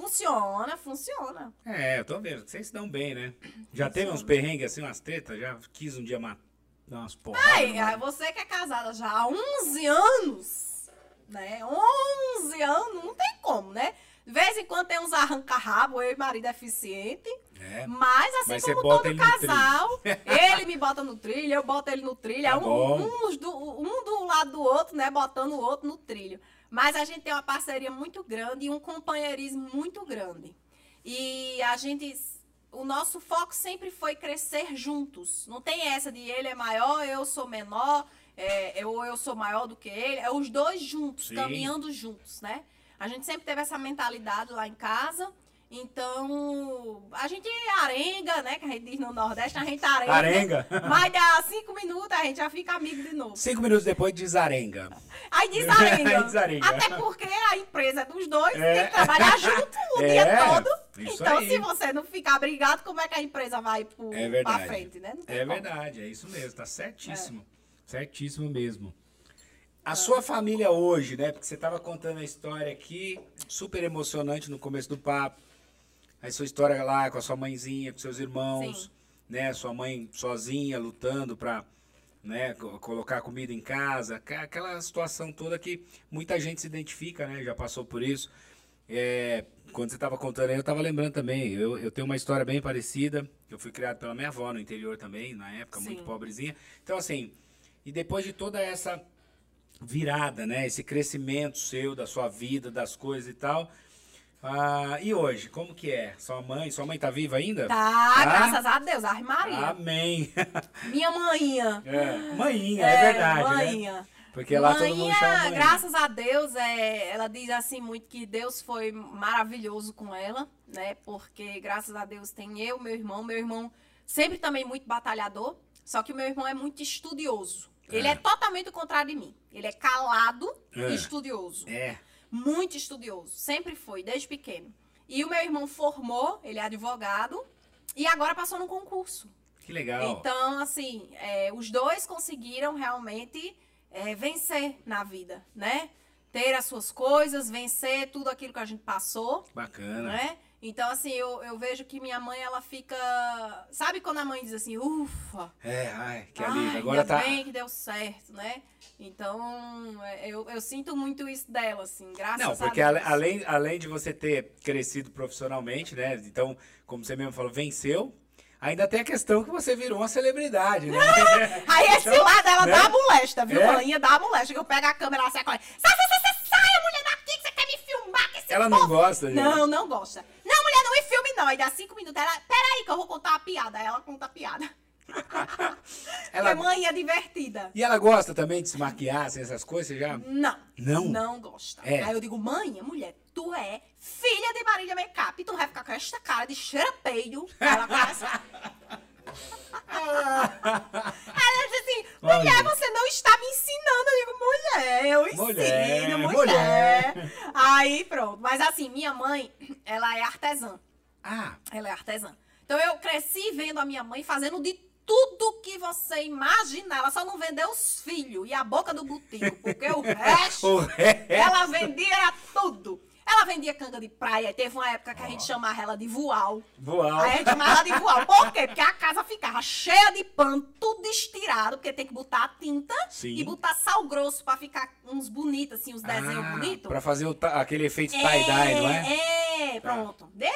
Funciona. Eu tô vendo que vocês se dão bem, né? Já teve uns perrengues assim, umas tretas? Já quis um dia dar umas porradas? Aí, você que é casada já há 11 anos, né? 11 anos, não tem como, né? De vez em quando tem uns arranca-rabo, eu e marido eficiente. Mas assim Mas como você bota todo ele no casal, ele me bota no trilho, eu boto ele no trilho. Tá um do lado do outro, né? Botando o outro no trilho. Mas a gente tem uma parceria muito grande e um companheirismo muito grande. E o nosso foco sempre foi crescer juntos. Não tem essa de ele é maior, eu sou menor, ou eu sou maior do que ele. É os dois juntos, Sim. caminhando juntos, né? A gente sempre teve essa mentalidade lá em casa. Então, a gente arenga, né? Que a gente diz no Nordeste, a gente arenga. Mas dá 5 minutos, a gente já fica amigo de novo. 5 minutos depois desarenga. Aí desarenga. Aí desarenga. Até porque a empresa é dos dois, tem que trabalhar junto o dia todo. Isso Então, aí. se você não ficar brigado, como é que a empresa vai pra frente, né? Não tem como. Verdade, é isso mesmo, tá certíssimo. Certíssimo mesmo. A sua família hoje, né? Porque você tava contando a história aqui, super emocionante no começo do papo. A sua história lá com a sua mãezinha, com seus irmãos, Sim. né? Sua mãe sozinha lutando pra, né, colocar comida em casa. Aquela situação toda que muita gente se identifica, né? Já passou por isso. Quando você estava contando aí, eu estava lembrando também. Eu tenho uma história bem parecida. Eu fui criado pela minha avó no interior também, na época, Sim. muito pobrezinha. Então, assim, e depois de toda essa virada, né? Esse crescimento seu, da sua vida, das coisas e tal. E hoje, como que é? Sua mãe tá viva ainda? Tá, graças a Deus, Ave Maria. Amém. Minha manhinha. Manhinha, é verdade, manhinha. né? Porque lá todo mundo chama mãe. Graças a Deus, ela diz assim muito que Deus foi maravilhoso com ela, né? Porque graças a Deus tem eu, meu irmão sempre também muito batalhador, só que o meu irmão é muito estudioso. Ele é totalmente o contrário de mim. Ele é calado e estudioso. Muito estudioso, sempre foi, desde pequeno. E o meu irmão formou, ele é advogado, e agora passou no concurso. Que legal. Então, assim, os dois conseguiram realmente vencer na vida, né? Ter as suas coisas, vencer tudo aquilo que a gente passou. Bacana. Né? Então, assim, eu vejo que minha mãe, ela fica... Sabe quando a mãe diz assim, ufa? Que alívio. Agora ainda tá... bem que deu certo, né? Então, eu sinto muito isso dela, assim, graças a Deus. Não, porque além de você ter crescido profissionalmente, né? Então, como você mesmo falou, venceu. Ainda tem a questão que você virou uma celebridade, né? Aí esse lado ela né? dá a molesta, viu? Maninha dá a molesta. Que eu pego a câmera, ela sai correndo. Sai, mulher daqui que você quer me filmar. Que esse Ela povo... não gosta, gente? Não gosta. Não, mulher, não me filme não. Aí dá 5 minutos. Ela, peraí que eu vou contar uma piada. Aí ela conta a piada. Porque mãe é divertida. E ela gosta também de se maquiar, assim, essas coisas? Você já... Não gosta. Aí eu digo, mãe, mulher, tu é filha de Marília Makeup. E tu vai ficar com esta cara de cheirapeio. Ela começa... Ela diz assim, mulher, você não está me ensinando. Eu digo, mulher, eu ensino, mulher. Aí pronto. Mas assim, minha mãe, ela é artesã. Ela é artesã. Então eu cresci vendo a minha mãe fazendo de tudo que você imaginar. Ela só não vendeu os filhos e a boca do botico, porque o resto, ela vendia era tudo. Ela vendia canga de praia. Teve uma época que a gente chamava ela de voal. Aí a gente chamava ela de voal. Por quê? Porque a casa ficava cheia de pano, tudo estirado, porque tem que botar a tinta e botar sal grosso pra ficar uns bonitos, assim, uns desenhos bonitos. Pra fazer aquele efeito tie-dye, não é? Pronto. Desde aquela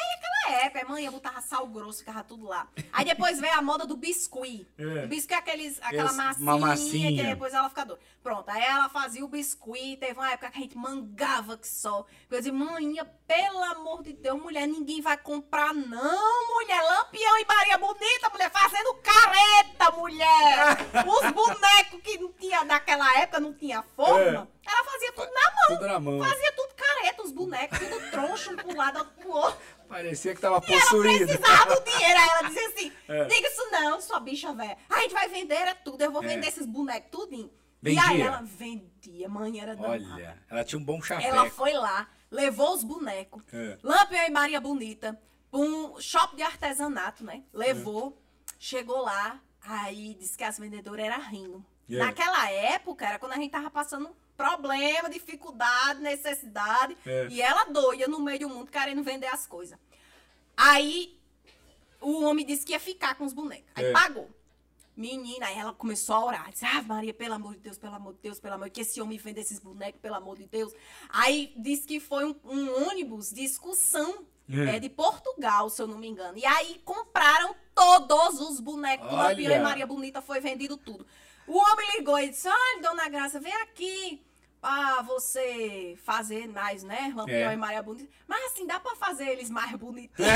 época, a mãe botava sal grosso, ficava tudo lá. Aí depois veio a moda do biscuit. É. O biscuit é aquela Uma massinha, massinha. que depois ela fica doida. Pronto, aí ela fazia o biscuit, teve uma época que a gente mangava que só. Eu dizia, manhã, pelo amor de Deus, mulher, ninguém vai comprar não, mulher. Lampião e Maria Bonita, mulher, fazendo careta, mulher. Os bonecos que não tinha, naquela época, não tinha forma, ela fazia tudo na mão. Tudo na mão. Fazia tudo careta, os bonecos, tudo troncho, um pro lado, outro pro outro. Parecia que tava E ela possuído. precisava do dinheiro. Aí ela dizia assim, diga isso não, sua bicha velha. A gente vai vender era tudo, eu vou vender esses bonecos tudinho. Vendia? E aí ela vendia, mãe era danada. Olha, ela tinha um bom chapéu. Ela foi lá, levou os bonecos, É. Lampião e Maria Bonita, pra um shopping de artesanato, né? Levou, chegou lá, aí disse que as vendedoras eram rindo. Yeah. Naquela época, era quando a gente tava passando problema, dificuldade, necessidade. E ela doida no meio do mundo, querendo vender as coisas. Aí, o homem disse que ia ficar com os bonecos. Aí pagou. Menina, aí ela começou a orar. Disse, Maria, pelo amor de Deus, pelo amor de Deus, pelo amor de Deus, que esse homem vende esses bonecos, pelo amor de Deus. Aí, disse que foi um ônibus de excursão de Portugal, se eu não me engano. E aí, compraram todos os bonecos do Lampião e Maria Bonita, foi vendido tudo. O homem ligou e disse, olha, dona Graça, vem aqui pra você fazer mais, né, Lampião e Maria Bonita. Mas assim, dá pra fazer eles mais bonitinhos?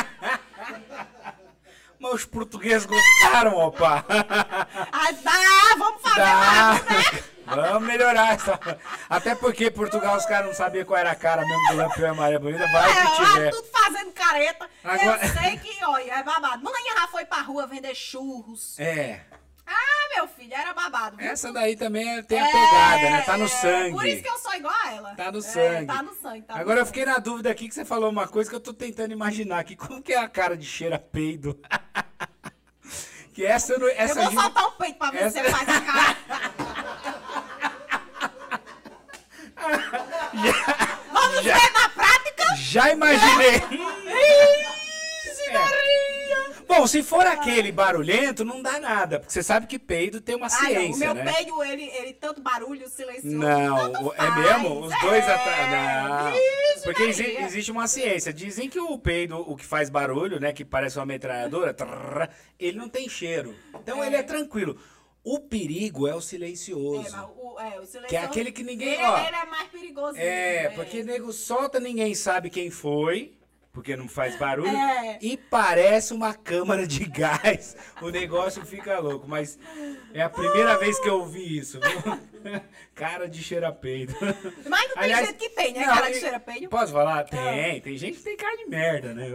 Mas os portugueses gostaram, opa. Vamos fazer mais boneco. Vamos melhorar essa. Até porque Portugal os caras não sabiam qual era a cara mesmo do Lampião e Maria Bonita. Vai que tiver. Tudo fazendo careta. Agora- Eu sei que, olha, é babado. Mãe já foi pra rua vender churros. Meu filho, era babado. Viu? Essa daí também tem a pegada, né? Tá no sangue. Por isso que eu sou igual a ela. Tá no sangue. Tá no sangue. Tá Agora no eu fiquei na dúvida aqui que você falou uma coisa que eu tô tentando imaginar aqui. Como que é a cara de cheira peido? Que essa eu não. Eu vou soltar um peito pra ver se você faz a cara. Vamos ver na prática? Já imaginei. Bom, se for aquele barulhento, não dá nada. Porque você sabe que peido tem uma ciência, o meu né? peido, ele tanto barulho, silencioso. Não, tanto é faz. mesmo? Os dois atrás. Não. Vixe, Porque Maria. existe uma ciência. Dizem que o peido, o que faz barulho, né? Que parece uma metralhadora, trrr, ele não tem cheiro. Então ele é tranquilo. O perigo é o silencioso. O silencioso. Que é aquele que ninguém. Ele, Ó, ele é mais perigoso. porque nego solta, ninguém sabe quem foi. Porque não faz barulho. É. E parece uma câmara de gás. O negócio fica louco. Mas é a primeira vez que eu ouvi isso, viu? Cara de cheira-peido. Mas não tem Aliás, jeito que tem, né? não, Cara de cheira-peido. Posso falar? Tem. Tem gente que tem cara de merda, né?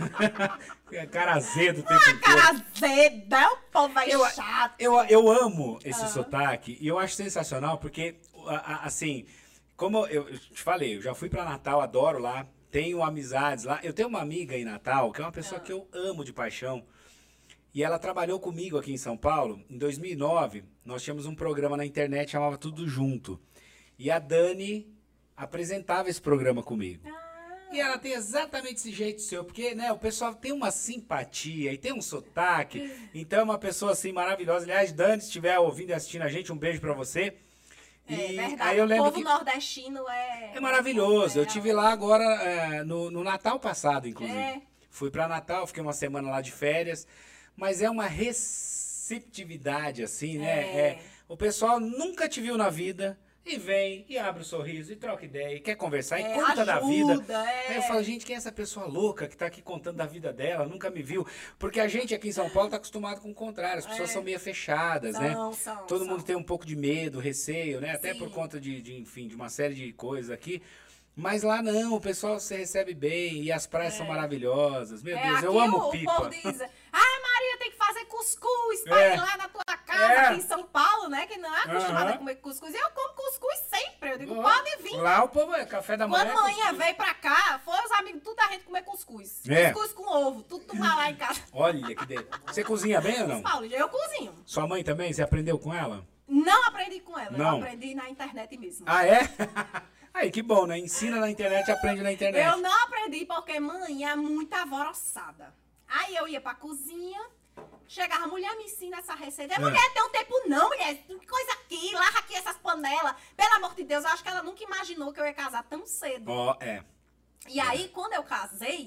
Cara azedo o tempo inteiro. Cara azeda, é um povo aí chato. Eu amo esse sotaque e eu acho sensacional porque, assim, como eu te falei, eu já fui pra Natal, adoro lá, tenho amizades lá. Eu tenho uma amiga em Natal que é uma pessoa que eu amo de paixão e ela trabalhou comigo aqui em São Paulo. Em 2009, nós tínhamos um programa na internet, chamava Tudo Junto. E a Dani apresentava esse programa comigo. E ela tem exatamente esse jeito seu, porque, né, o pessoal tem uma simpatia e tem um sotaque, então é uma pessoa, assim, maravilhosa. Aliás, Dani, se estiver ouvindo e assistindo a gente, um beijo pra você. E Verdade. aí eu lembro o povo nordestino é maravilhoso. Eu tive lá agora, no Natal passado, inclusive. Fui pra Natal, fiquei uma semana lá de férias, mas é uma receptividade, assim, né? O pessoal nunca te viu na vida. E vem, e abre o sorriso, e troca ideia, e quer conversar, e conta da vida. Aí eu falo, gente, quem é essa pessoa louca que tá aqui contando da vida dela, nunca me viu? Porque a gente aqui em São Paulo tá acostumado com o contrário, as pessoas são meio fechadas, né? Todo mundo tem um pouco de medo, receio, né? Até por conta enfim, de uma série de coisas aqui. Mas lá não, o pessoal se recebe bem, e as praias são maravilhosas. Meu Deus, eu amo pipa. O povo diz, Maria, tem que fazer cuscuz pra ir lá na tua casa, aqui em São Paulo, né? Que não é acostumada a comer cuscuz. E eu como cuscuz sempre. Eu digo, pode vir. Lá o povo é café da manhã. Quando manhã veio pra cá, foram os amigos, tudo a gente comer cuscuz. Cuscuz com ovo, tudo tomar lá em casa. Olha que delícia. Você cozinha bem ou não? Paulo, eu cozinho. Sua mãe também? Você aprendeu com ela? Não aprendi com ela, Não. eu aprendi na internet mesmo. Ah, é? Aí, que bom, né? Ensina na internet, aprende na internet. Eu não aprendi porque mãe é muito alvoroçada. Aí eu ia pra cozinha, chegava, a mulher me ensina essa receita. Mulher, tem um tempo não, mulher. Que coisa aqui, larga aqui essas panelas. Pelo amor de Deus, eu acho que ela nunca imaginou que eu ia casar tão cedo. Ó, E aí, quando eu casei,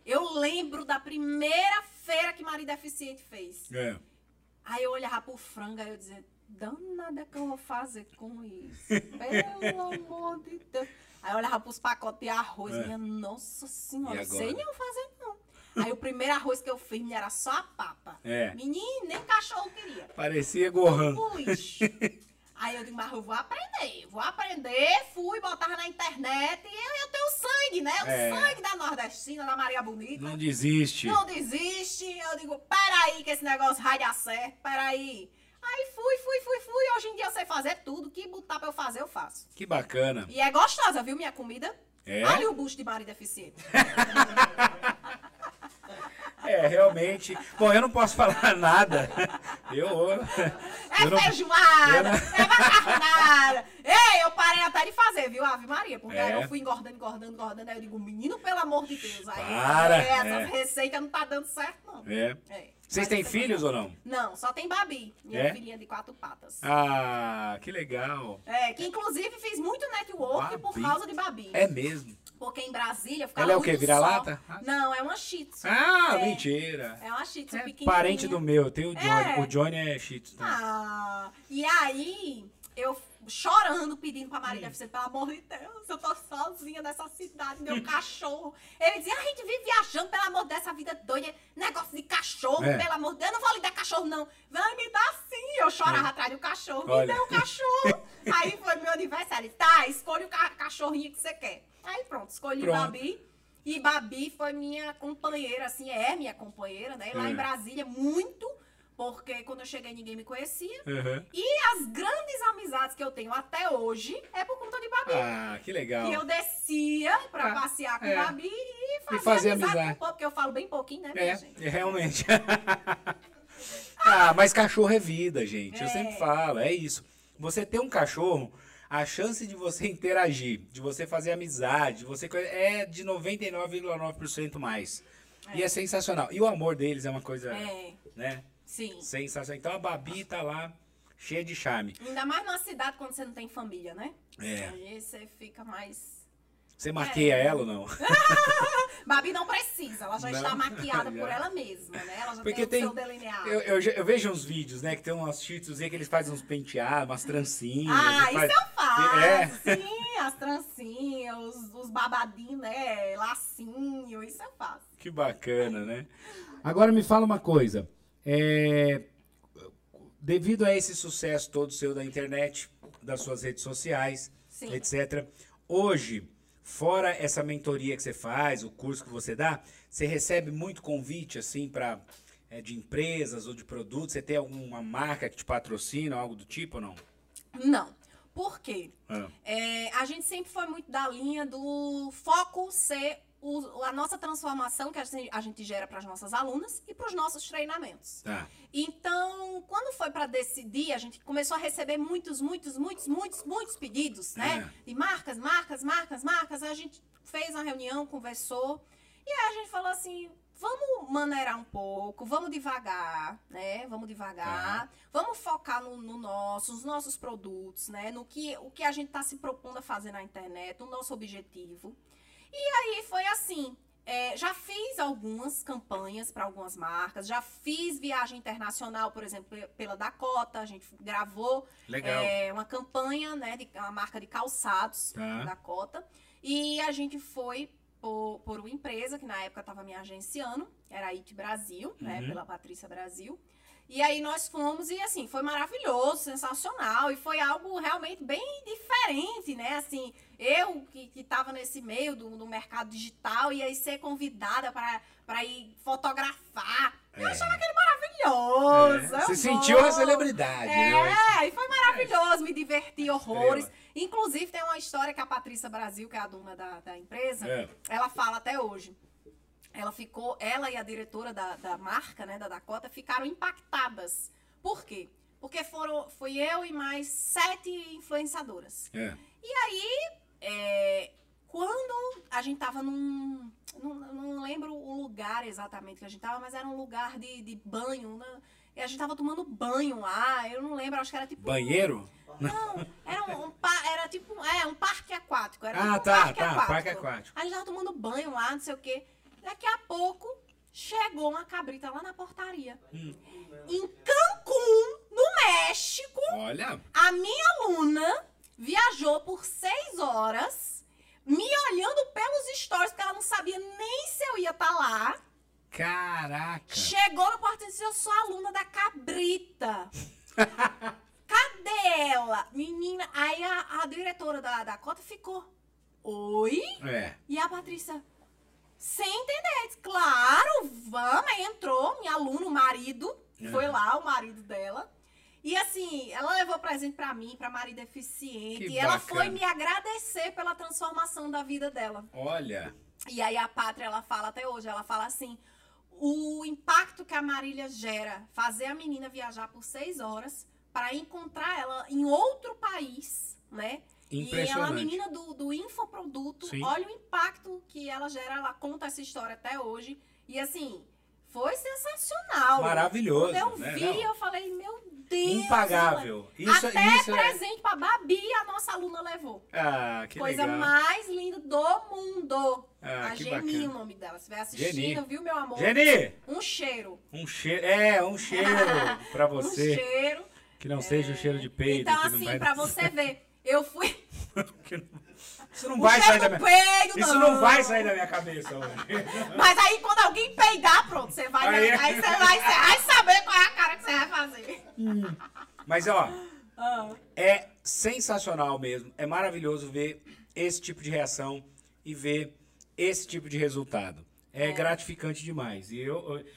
Eu lembro da primeira feira que Maria Deficiente fez. É. Aí eu olhava pro frango e eu dizia, danada que eu vou fazer com isso? Pelo amor de Deus. Aí eu olhava pros pacotes de arroz, minha nossa senhora, não sei nem fazer não. Aí o primeiro arroz que eu fiz, minha, era só a papa. É. Menino, nem cachorro queria. Parecia gorrando. Aí eu digo, mas eu vou aprender, fui, botava na internet e eu tenho sangue, né? O sangue da nordestina, da Maria Bonita. Não desiste. Não desiste. Eu digo, peraí que esse negócio vai dar certo, peraí. Aí fui. Hoje em dia eu sei fazer tudo, que botar pra eu fazer, eu faço. Que bacana. E é gostosa, viu, minha comida? É? Olha o bucho de Maria Deficiente. É, realmente. Bom, eu não posso falar nada. Feijoada, é macarronada. Ei, eu parei até de fazer, viu, Ave Maria? Porque aí eu fui engordando. Aí eu digo, menino, pelo amor de Deus. Aí essas receitas não tá dando certo, não. Vocês têm filhos ou não? Não, só tem Babi, minha filhinha de 4 patas. Ah, que legal. Que inclusive fiz muito network por causa de Babi. É mesmo? Porque em Brasília eu ficava Ela é o muito quê? Vira-lata? Não, é uma Shih Tzu. Ah, mentira. É uma Shih Tzu pequenininha. Parente do meu, tem o Johnny. O Johnny é Shih Tzu. E aí, eu chorando, pedindo pra Maria Deficiente, pelo amor de Deus, eu tô sozinha nessa cidade, meu cachorro. Ele dizia, a gente vive viajando, pelo amor dessa vida doida, negócio de cachorro, pelo amor de Deus, eu não vou lhe dar cachorro, não. Vai me dar sim. Eu chorava atrás do cachorro, me deu o cachorro. Aí foi meu aniversário, tá, escolhe o cachorrinho que você quer. Aí pronto, escolhi Babi. E Babi foi minha companheira, assim, é minha companheira, né? Lá em Brasília, muito, porque quando eu cheguei ninguém me conhecia. E as grandes amizades que eu tenho até hoje é por conta de Babi. Ah, que legal. E eu descia pra passear com Babi e fazer amizade amizade. Com o povo, porque eu falo bem pouquinho, né, minha gente? Realmente. Mas cachorro é vida, gente. Eu sempre falo, é isso. Você ter um cachorro, a chance de você interagir, de você fazer amizade, é de 99,9% mais. E é sensacional. E o amor deles é uma coisa, né? Sim. Sensacional. Então a Babi tá lá, cheia de charme. Ainda mais numa cidade quando você não tem família, né? É. Aí você fica mais... Você maqueia ela ou não? Babi não precisa, ela já está maquiada por ela mesma, né? Ela já tem o seu delineado. Eu vejo uns vídeos, né, que tem umas Shih Tzus que eles fazem uns penteados, umas trancinhas. Isso eu faço, sim, as trancinhas, os babadinhos, né, lacinho, isso eu faço. Que bacana, né? Agora me fala uma coisa, devido a esse sucesso todo seu da internet, das suas redes sociais, etc., hoje... Fora essa mentoria que você faz, o curso que você dá, você recebe muito convite, assim, de empresas ou de produtos? Você tem alguma marca que te patrocina, algo do tipo ou não? Não. Por quê? A gente sempre foi muito da linha do foco ser a nossa transformação que a gente gera para as nossas alunas e para os nossos treinamentos. Então, quando foi para decidir, a gente começou a receber muitos pedidos, né? De marcas. A gente fez uma reunião, conversou, e aí a gente falou assim, vamos maneirar um pouco, vamos devagar, né? Vamos focar nos nossos produtos, né? O que a gente está se propondo a fazer na internet, no nosso objetivo. E aí foi assim, já fiz algumas campanhas para algumas marcas, já fiz viagem internacional, por exemplo, pela Dakota, a gente gravou uma campanha, né, de uma marca de calçados, Dakota, e a gente foi por uma empresa que na época estava me agenciando, era a IT Brasil, né, pela Patrícia Brasil. E aí nós fomos e, assim, foi maravilhoso, sensacional. E foi algo realmente bem diferente, né? Assim, eu que tava nesse meio do mercado digital e aí ser convidada para ir fotografar. Eu achava aquele maravilhoso. Você sentiu a celebridade, né? E foi maravilhoso, me diverti horrores. Inclusive, tem uma história que a Patrícia Brasil, que é a dona da empresa, ela fala até hoje. Ela e a diretora da marca, né, da Dakota, ficaram impactadas. Por quê? Porque fui eu e mais 7 influenciadoras. E aí, quando a gente tava não lembro o lugar exatamente que a gente tava, mas era um lugar de banho, né? E a gente tava tomando banho lá, eu não lembro, acho que era tipo... Banheiro? Não, era tipo um parque aquático. Era parque aquático. A gente tava tomando banho lá, não sei o quê. Daqui a pouco, chegou uma cabrita lá na portaria. Em Cancún, no México, Olha. a minha aluna viajou por 6 horas, me olhando pelos stories, porque ela não sabia nem se eu ia estar lá. Caraca. Chegou no portão e disse, eu sou aluna da cabrita. Cadê ela? Menina, aí a diretora da cota ficou, oi? E a Patrícia, sem entender, disse, claro, vamos. Aí entrou minha aluna, o marido, foi lá, o marido dela. E assim, ela levou presente pra mim, pra Maria Deficiente. Que e ela bacana. foi me agradecer pela transformação da vida dela. Olha. E aí a Pátria, ela fala até hoje, ela fala assim, o impacto que a Marília gera, fazer a menina viajar por 6 horas para encontrar ela em outro país, né? E ela é uma Impressionante. menina do infoproduto, Sim. olha o impacto que ela gera, ela conta essa história até hoje. E assim, foi sensacional. Maravilhoso, Quando eu né? vi, Não. eu falei, meu Deus. Impagável. Até Isso é... presente pra Babi, a nossa aluna levou. Ah, que Coisa legal. mais linda do mundo. Ah, A que Geni, bacana. o nome dela. Se estiver assistindo, Geni. viu, meu amor? Geni! Um cheiro. Um cheiro pra você. Um cheiro. Que não seja o cheiro de peido. Então, que não assim, vai pra dar você certo. ver, eu fui... Que não- Isso não O vai sair cheiro da do minha... peido, Isso não vai sair da minha cabeça hoje. Mas aí, quando alguém peidar, pronto, você vai... Aí- Aí você vai saber qual é a cara que você vai fazer. Mas, ó, Ah. é sensacional mesmo. É maravilhoso ver esse tipo de reação e ver esse tipo de resultado. É gratificante demais. E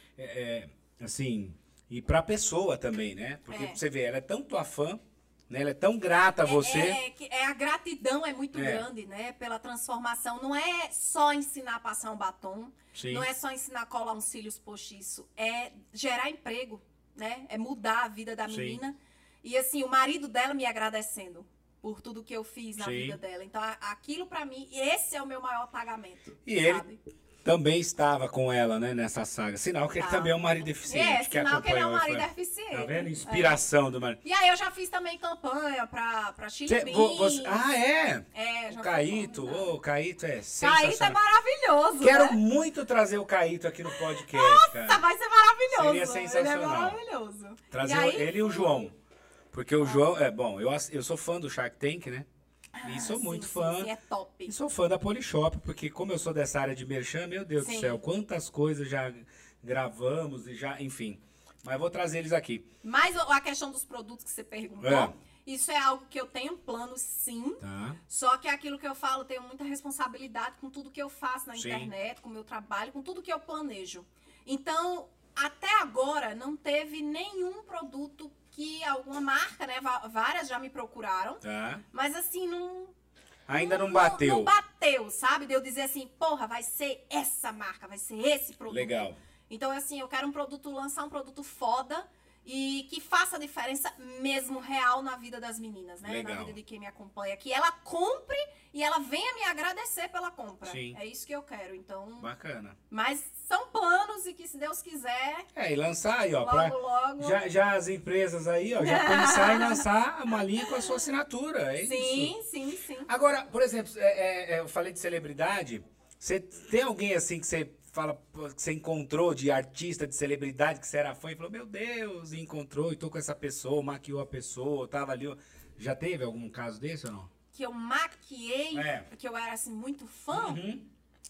assim, e pra pessoa também, né? Porque você vê, ela é tão tua fã, né? Ela é tão grata a você. A gratidão é muito É. grande, né? Pela transformação. Não é só ensinar a passar um batom. Sim. Não é só ensinar a colar uns cílios postiços. É gerar emprego, né? É mudar a vida da Sim. menina. E assim, o marido dela me agradecendo por tudo que eu fiz na Sim. vida dela. Então, aquilo pra mim, esse é o meu maior pagamento. E sabe? ele também estava com ela, né, nessa saga. Sinal que ele Tá. também é um marido deficiente. Sinal que ele é um acompanhou. marido deficiente. Tá vendo? Inspiração do marido. E aí eu já fiz também campanha pra Chili Cê- vo- você- Beans. Ah, é? É, já O Caíto, fiz. o Caíto é Caíto é sensacional. maravilhoso, Quero né? muito trazer o Caíto aqui no podcast, cara. Vai ser maravilhoso. Seria sensacional. Ele é maravilhoso. Trazer E aí, ele e o João. Porque o João, bom, eu sou fã do Shark Tank, né? E sou sim, muito sim, fã. sim, é top. E sou fã da Polishop, porque como eu sou dessa área de merchan, meu Deus do Sim. céu, quantas coisas já gravamos e já, enfim. Mas eu vou trazer eles aqui. Mas a questão dos produtos que você perguntou, É. isso é algo que eu tenho plano, sim. Tá? Só que é aquilo que eu falo, tenho muita responsabilidade com tudo que eu faço na Sim. internet, com o meu trabalho, com tudo que eu planejo. Então, até agora, não teve nenhum produto que alguma marca, né? Várias já me procuraram. Tá? Mas assim, não... Ainda não bateu. Não bateu, sabe? De eu dizer assim, porra, vai ser essa marca, vai ser esse produto. Legal. Então, assim, eu quero lançar um produto foda e que faça a diferença mesmo real na vida das meninas, né? Legal. Na vida de quem me acompanha. Que ela compre e ela venha me agradecer pela compra. Sim. É isso que eu quero. Então, Bacana. mas são planos e que, se Deus quiser, E lançar aí, ó. logo. Já as empresas aí, ó, já pensar em lançar uma linha com a sua assinatura. É Sim, isso. sim, sim. Agora, por exemplo, eu falei de celebridade. Você tem alguém assim que você fala, pô, que você encontrou de artista, de celebridade, que você era fã e falou, meu Deus, e encontrou, e tô com essa pessoa, maquiou a pessoa, tava ali. Já teve algum caso desse ou não? Que eu maquiei, É. porque eu era, assim, muito fã. Uhum.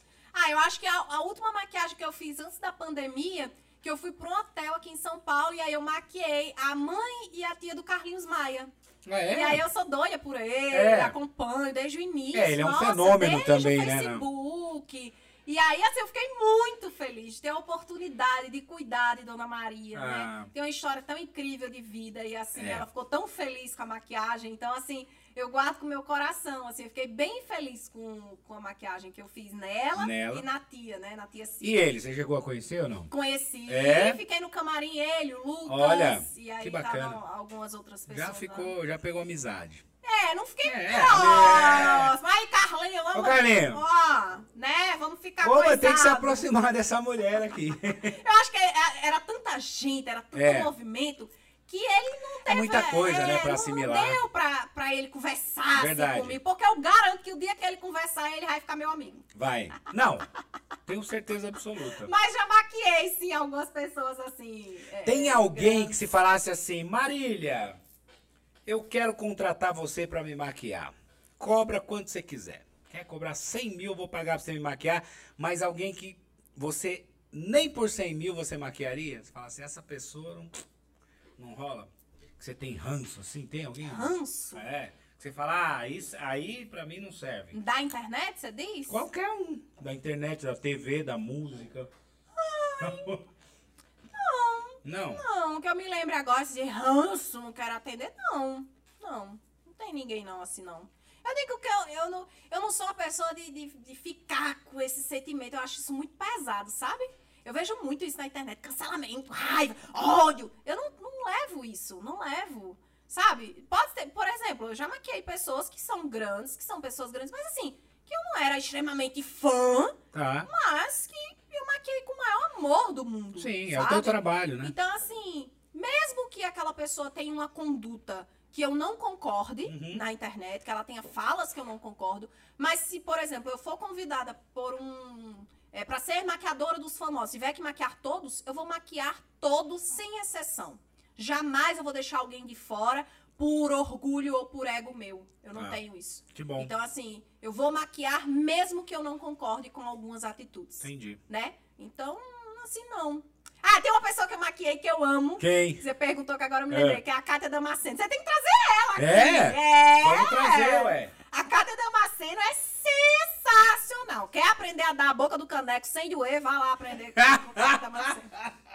Eu acho que a última maquiagem que eu fiz antes da pandemia, que eu fui para um hotel aqui em São Paulo e aí eu maquiei a mãe e a tia do Carlinhos Maia. Ah, é? E aí eu sou doida por ele, É. acompanho desde o início. É, ele é um Nossa, fenômeno desde também, o né, Facebook. E aí, assim, eu fiquei muito feliz de ter a oportunidade de cuidar de Dona Maria, Ah. né? Tem uma história tão incrível de vida e, assim, É. ela ficou tão feliz com a maquiagem. Então, assim, eu guardo com o meu coração, assim, eu fiquei bem feliz com a maquiagem que eu fiz nela. E na tia, né? Na tia Cida. E ele, você chegou a conhecer ou não? Conheci, É? fiquei no camarim, ele, o Lucas. Olha, e aí que bacana. tavam algumas outras pessoas. Já pegou amizade. Não fiquei É, próxima. Aí, Carlinhos, vamos... Ô, Carlinhos. Ó, né? Vamos ficar Pô, vai ter que se coisados. aproximar dessa mulher aqui. Eu acho que era tanta gente, era tanto É. movimento, que ele não teve... muita coisa, né, pra assimilar. Não deu pra ele conversar Verdade. assim comigo, porque eu garanto que o dia que ele conversar, ele vai ficar meu amigo. Vai. Não. Tenho certeza absoluta. Mas já maquiei, sim, algumas pessoas assim. Tem alguém grandes. que se falasse assim, Marília, eu quero contratar você pra me maquiar. Cobra quanto você quiser. Quer cobrar 100 mil, eu vou pagar pra você me maquiar. Mas alguém que você, nem por 100 mil você maquiaria? Você fala assim, essa pessoa não rola. Que você tem ranço, assim, tem alguém? Ranço? É. Que você fala, isso aí pra mim não serve. Da internet, você diz? Qualquer um. Da internet, da TV, da música. Não. Não, que eu me lembre agora de ranço, não quero atender, não. Não tem ninguém não assim, não. Eu digo que eu não sou uma pessoa de ficar com esse sentimento. Eu acho isso muito pesado, sabe? Eu vejo muito isso na internet. Cancelamento, raiva, ódio. Eu não levo isso, não levo. Sabe? Pode ter, por exemplo, eu já maquiei pessoas que são grandes, que são pessoas grandes, mas assim, que eu não era extremamente fã, Tá. mas que eu maquiei com o maior amor do mundo. Sim, sabe? é o teu trabalho, né? Então, assim, mesmo que aquela pessoa tenha uma conduta que eu não concorde na internet, que ela tenha falas que eu não concordo, mas se, por exemplo, eu for convidada por pra ser maquiadora dos famosos, tiver que maquiar todos, eu vou maquiar todos sem exceção. Jamais eu vou deixar alguém de fora por orgulho ou por ego meu. Eu não tenho isso. Que bom. Então, assim, eu vou maquiar mesmo que eu não concorde com algumas atitudes. Entendi. Né? Então, assim, não. Ah, tem uma pessoa que eu maquiei que eu amo. Quem? Você perguntou que agora eu me lembrei, que é a Kátia Damasceno. Você tem que trazer ela aqui. É? Vamos trazer, ué. A Kátia Damasceno é sensacional. Quer aprender a dar a boca do caneco sem doer? Vá lá aprender com a Kátia Damasceno.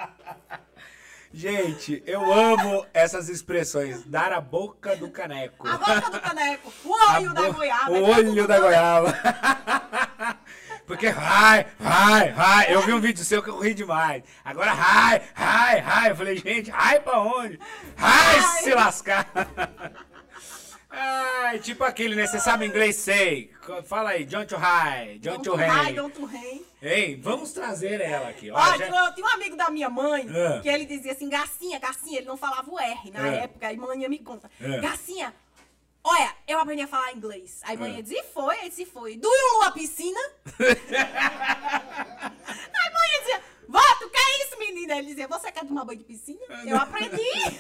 Gente, eu amo essas expressões. Dar a boca do caneco. A boca do caneco. O olho da goiaba. O olho da goiaba. Porque vai. Eu vi um vídeo seu que eu ri demais. Agora vai. Eu falei, gente, vai pra onde? Vai se lascar. Ai, tipo aquele, né? Você sabe inglês, sei. Fala aí, John to high, John to high. Don't to rain. Ei, vamos trazer ela aqui. Ó, Ó, já... tinha um amigo da minha mãe Ah. que ele dizia assim, Garcinha, ele não falava o R na época, aí manhã me conta. Garcinha, olha, eu aprendi a falar inglês. Aí manhã dizia, e foi. Do you love a piscina? Aí manhã dizia, vó, tu quer isso, menina? Ele dizia, você quer tomar banho de piscina? Eu aprendi.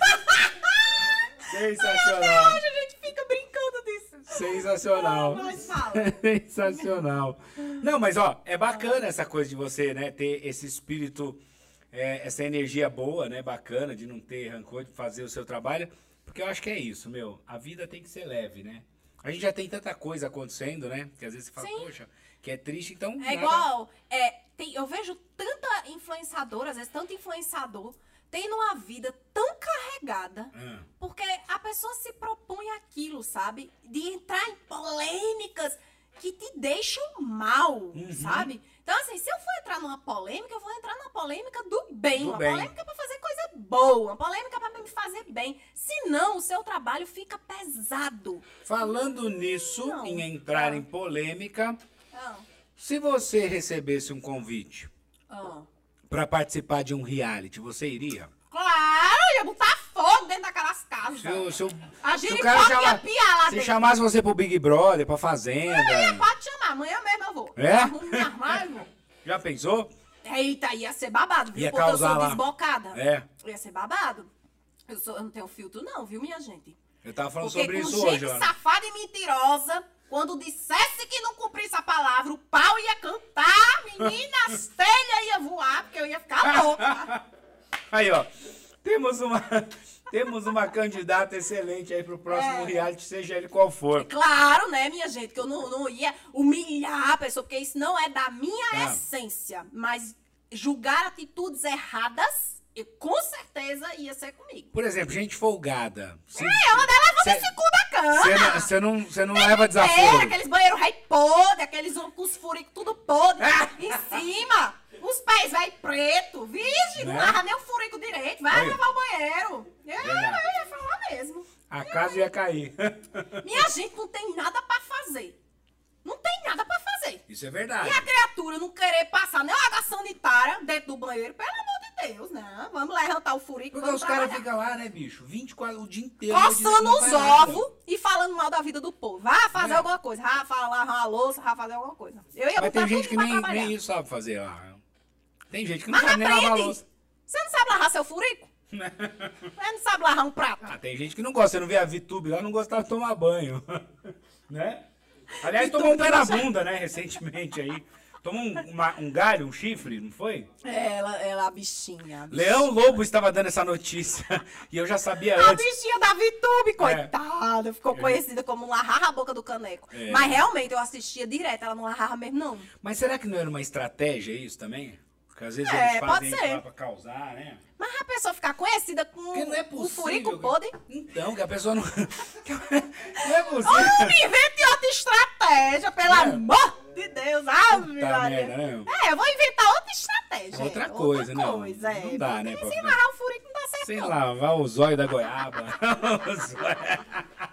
Sensacional. Hoje a gente fica brincando disso. Sensacional. Mas fala. Sensacional. Não, mas ó, é bacana essa coisa de você, né, ter esse espírito, essa energia boa, né, bacana, de não ter rancor, de fazer o seu trabalho, porque eu acho que é isso, meu, a vida tem que ser leve, né? A gente já tem tanta coisa acontecendo, né, que às vezes você fala, Sim. poxa, que é triste, então... É nada- igual, eu vejo tanta influenciadora, às vezes tanto influenciador, tendo uma vida tão carregada, porque a pessoa se propõe aquilo, sabe? De entrar em polêmicas que te deixam mal, sabe? Então, assim, se eu for entrar numa polêmica, eu vou entrar numa polêmica do bem. Do Uma bem. polêmica pra fazer coisa boa, uma polêmica pra me fazer bem. Senão, o seu trabalho fica pesado. Falando nisso, Não. em entrar em polêmica, Ah, se você recebesse um convite ah. pra participar de um reality, você iria? Claro, eu ia botar fogo dentro daquelas casas. A se o giripoca cara ia chama- piar lá se dentro. chamasse você pro Big Brother, pra Fazenda, Pode chamar, amanhã mesmo eu vou. É? Arrumo minha armário. já pensou? Eita, ia ser babado, viu? Ia Porque eu causar sou lá. desbocada. É. Ia ser babado. Eu não tenho filtro não, viu, minha gente? Eu tava falando Porque sobre com isso gente hoje, ó. safada e mentirosa, quando dissesse que não cumprisse a palavra, o pau ia cantar, menina, as telhas ia voar, porque eu ia ficar louca. Aí, ó. Temos uma candidata excelente aí pro próximo reality, seja ele qual for. Claro, né, minha gente, que eu não ia humilhar a pessoa, porque isso não é da minha Tá. essência. Mas julgar atitudes erradas, com certeza ia ser comigo. Por exemplo, gente folgada. Eu ando levando esse cu da cama. Você não leva desaforo. Aqueles banheiros rei podre, aqueles homens com os furicos tudo podre em cima. Os pés vai preto. Vixe, não Né? lava nem o furico direito. Vai Aí. lavar o banheiro. Verdade. Eu ia falar mesmo. A casa ia cair. Minha gente não tem nada pra fazer. Não tem nada pra fazer. Isso é E verdade. a criatura não querer passar nem uma água sanitária dentro do banheiro, pelo amor de Deus, né? Vamos levantar o furico. Porque vamos os caras trabalhar. ficam lá, né, bicho? 24 o dia inteiro. Coçando não os faz nada. ovos e falando falando mal da vida do povo. Vá fazer alguma coisa. Vá lavar uma louça, vá fazer alguma coisa. Eu ia Mas botar tem gente tudo que pra trabalhar. nem isso sabe fazer. Tem gente que não Mas sabe nem lavar a aprende. louça. Você não sabe lavar seu furico? Você não sabe lavar um prato? Tem gente que não gosta. Você não vê a VTube lá, não gostava de tomar banho. Né? Aliás, tomou um pé na bunda, né? Recentemente aí. Tomou um galho, um chifre, não foi? Ela, a bichinha. Leão Lobo estava dando essa notícia e eu já sabia A antes. bichinha da VTube, coitada. Ficou conhecida como larrar a boca do caneco. Mas realmente eu assistia direto, ela não larrava mesmo, não. Mas será que não era uma estratégia isso também? Porque às vezes É, eles pode fazem isso ser. lá pra causar, né? Mas a pessoa ficar conhecida com Porque não é o possível. furico podre. Então, que a pessoa não. Não é possível. Oh, me invente outra estratégia, pelo amor de Deus. Ave Puta Maria. merda, né? Eu vou inventar outra estratégia. Outra coisa, não. Coisa, Não dá, né, Porque pra- se larrar o furico não dá certo, Sem não. lavar o zóio da goiaba. O zóio.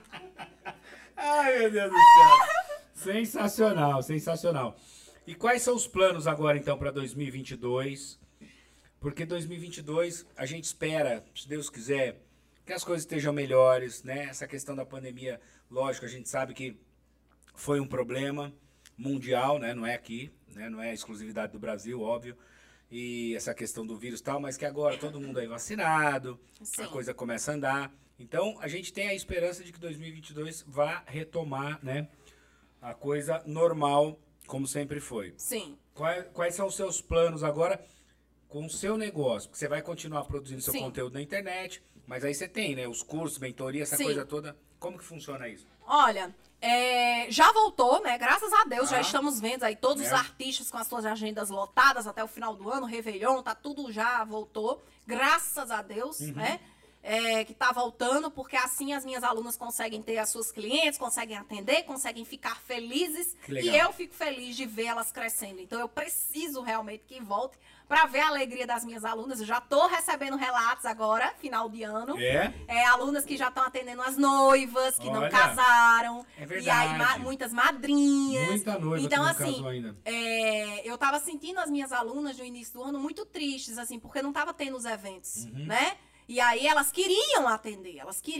Ai, meu Deus do céu. Sensacional, sensacional. E quais são os planos agora, então, para 2022? Porque 2022 a gente espera, se Deus quiser, que as coisas estejam melhores, né? Essa questão da pandemia, lógico, a gente sabe que foi um problema mundial, né? Não é aqui, né? Não é exclusividade do Brasil, óbvio. E essa questão do vírus e tal, mas que agora todo mundo aí vacinado, Sim. a coisa começa a andar. Então, a gente tem a esperança de que 2022 vá retomar, né? A coisa normal, como sempre foi. Sim. Quais são os seus planos agora com o seu negócio? Porque você vai continuar produzindo seu Sim. conteúdo na internet, mas aí você tem, né? Os cursos, mentoria, essa Sim. coisa toda. Como que funciona isso? Olha, já voltou, né? Graças a Deus, já Ah. estamos vendo aí todos os É. artistas com as suas agendas lotadas até o final do ano, Réveillon, tá tudo já voltou. Graças a Deus, Uhum. né? Que tá voltando, porque assim as minhas alunas conseguem ter as suas clientes, conseguem atender, conseguem ficar felizes. Que legal. E eu fico feliz de ver elas crescendo. Então eu preciso realmente que volte para ver a alegria das minhas alunas. Eu já tô recebendo relatos agora, final de ano. Alunas que já estão atendendo as noivas, que não Olha, casaram. é E aí, verdade. muitas madrinhas. Muita noiva Então, que não assim, casou ainda. eu tava sentindo as minhas alunas no início do ano muito tristes, assim, porque não tava tendo os eventos, né? E aí elas queriam atender.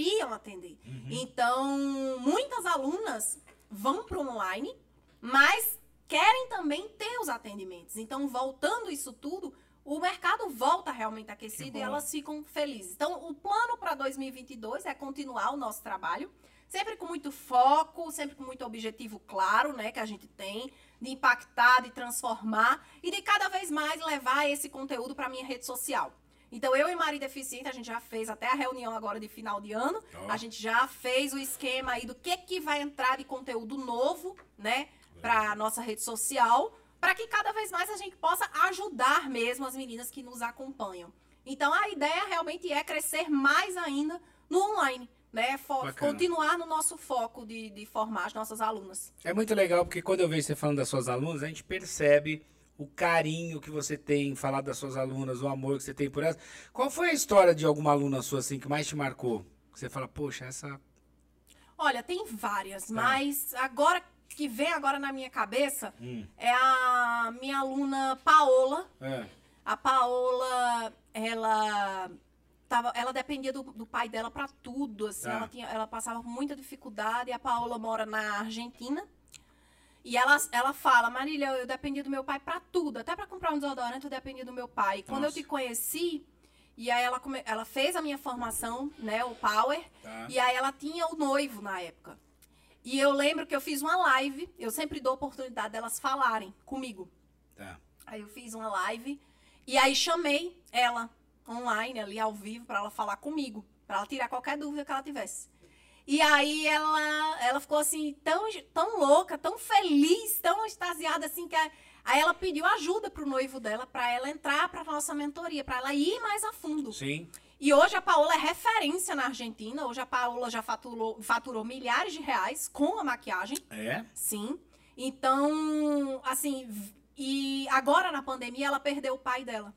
Então, muitas alunas vão para o online, mas querem também ter os atendimentos. Então, voltando isso tudo, o mercado volta realmente aquecido e elas ficam felizes. Então, o plano para 2022 é continuar o nosso trabalho, sempre com muito foco, sempre com muito objetivo claro, né, que a gente tem, de impactar, de transformar e de cada vez mais levar esse conteúdo para a minha rede social. Então, eu e Mari Deficiente, a gente já fez até a reunião agora de final de ano, a gente já fez o esquema aí do que vai entrar de conteúdo novo, né, para nossa rede social, para que cada vez mais a gente possa ajudar mesmo as meninas que nos acompanham. Então, a ideia realmente é crescer mais ainda no online, né, continuar no nosso foco de formar as nossas alunas. É muito legal, porque quando eu vejo você falando das suas alunas, a gente percebe o carinho que você tem em falar das suas alunas, o amor que você tem por elas. Qual foi a história de alguma aluna sua, assim, que mais te marcou? Que você fala, poxa, essa... Olha, tem várias, mas agora que vem agora na minha cabeça é a minha aluna Paola. A Paola, ela dependia do pai dela para tudo, assim, ela passava por muita dificuldade. E a Paola mora na Argentina. E ela fala, Marília, eu dependia do meu pai pra tudo, até pra comprar um desodorante eu dependia do meu pai. E quando eu te conheci, e aí ela fez a minha formação, né, o Power, e aí ela tinha o noivo na época. E eu lembro que eu fiz uma live, eu sempre dou oportunidade delas falarem comigo. Aí eu fiz uma live, e aí chamei ela online, ali ao vivo, pra ela falar comigo, pra ela tirar qualquer dúvida que ela tivesse. E aí ela ficou assim, tão louca, tão feliz, tão extasiada, assim, que aí ela pediu ajuda pro noivo dela, pra ela entrar pra nossa mentoria, pra ela ir mais a fundo. Sim. E hoje a Paola é referência na Argentina, hoje a Paola já faturou milhares de reais com a maquiagem. Sim. Então, assim, e agora na pandemia ela perdeu o pai dela.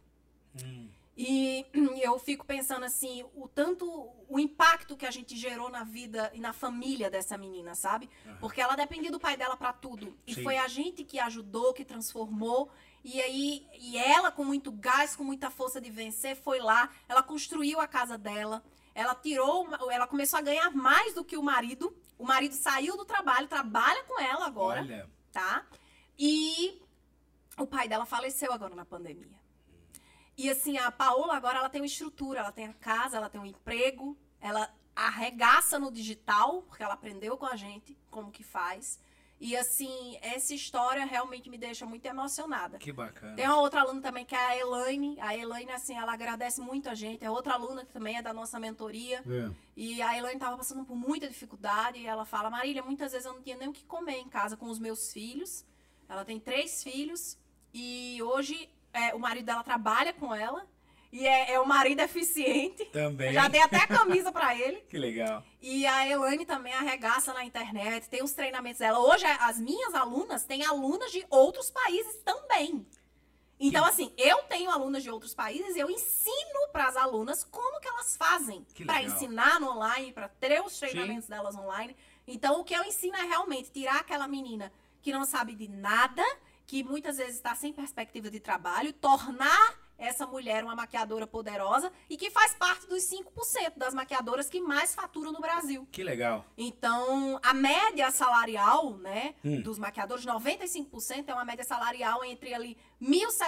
E eu fico pensando assim, o impacto que a gente gerou na vida e na família dessa menina, sabe? Porque ela dependia do pai dela pra tudo. E foi a gente que ajudou, que transformou. E ela, com muito gás, com muita força de vencer, foi lá, ela construiu a casa dela. Ela começou a ganhar mais do que o marido O marido saiu do trabalho, trabalha com ela agora, Olha. tá? E o pai dela faleceu agora na pandemia. E assim, a Paola agora ela tem uma estrutura, ela tem a casa, ela tem um emprego, ela arregaça no digital, porque ela aprendeu com a gente como que faz. E assim, essa história realmente me deixa muito emocionada. Que bacana. Tem uma outra aluna também que é a Elaine. A Elaine, assim, ela agradece muito a gente. É outra aluna que também é da nossa mentoria. É. E a Elaine estava passando por muita dificuldade. E ela fala, Marília, muitas vezes eu não tinha nem o que comer em casa com os meus filhos. Ela tem 3 filhos. E hoje o marido dela trabalha com ela. E é um marido eficiente. Também. Eu já dei até a camisa pra ele. Que legal. E a Elaine também arregaça na internet, tem os treinamentos dela. Hoje, as minhas alunas têm alunas de outros países também. Então, assim, eu tenho alunas de outros países e eu ensino para as alunas como que elas fazem para ensinar no online, para ter os treinamentos delas online. Então, o que eu ensino é realmente tirar aquela menina que não sabe de nada, que muitas vezes está sem perspectiva de trabalho, tornar essa mulher uma maquiadora poderosa e que faz parte dos 5% das maquiadoras que mais faturam no Brasil. Que legal. Então, a média salarial, né, dos maquiadores, 95% é uma média salarial entre ali R$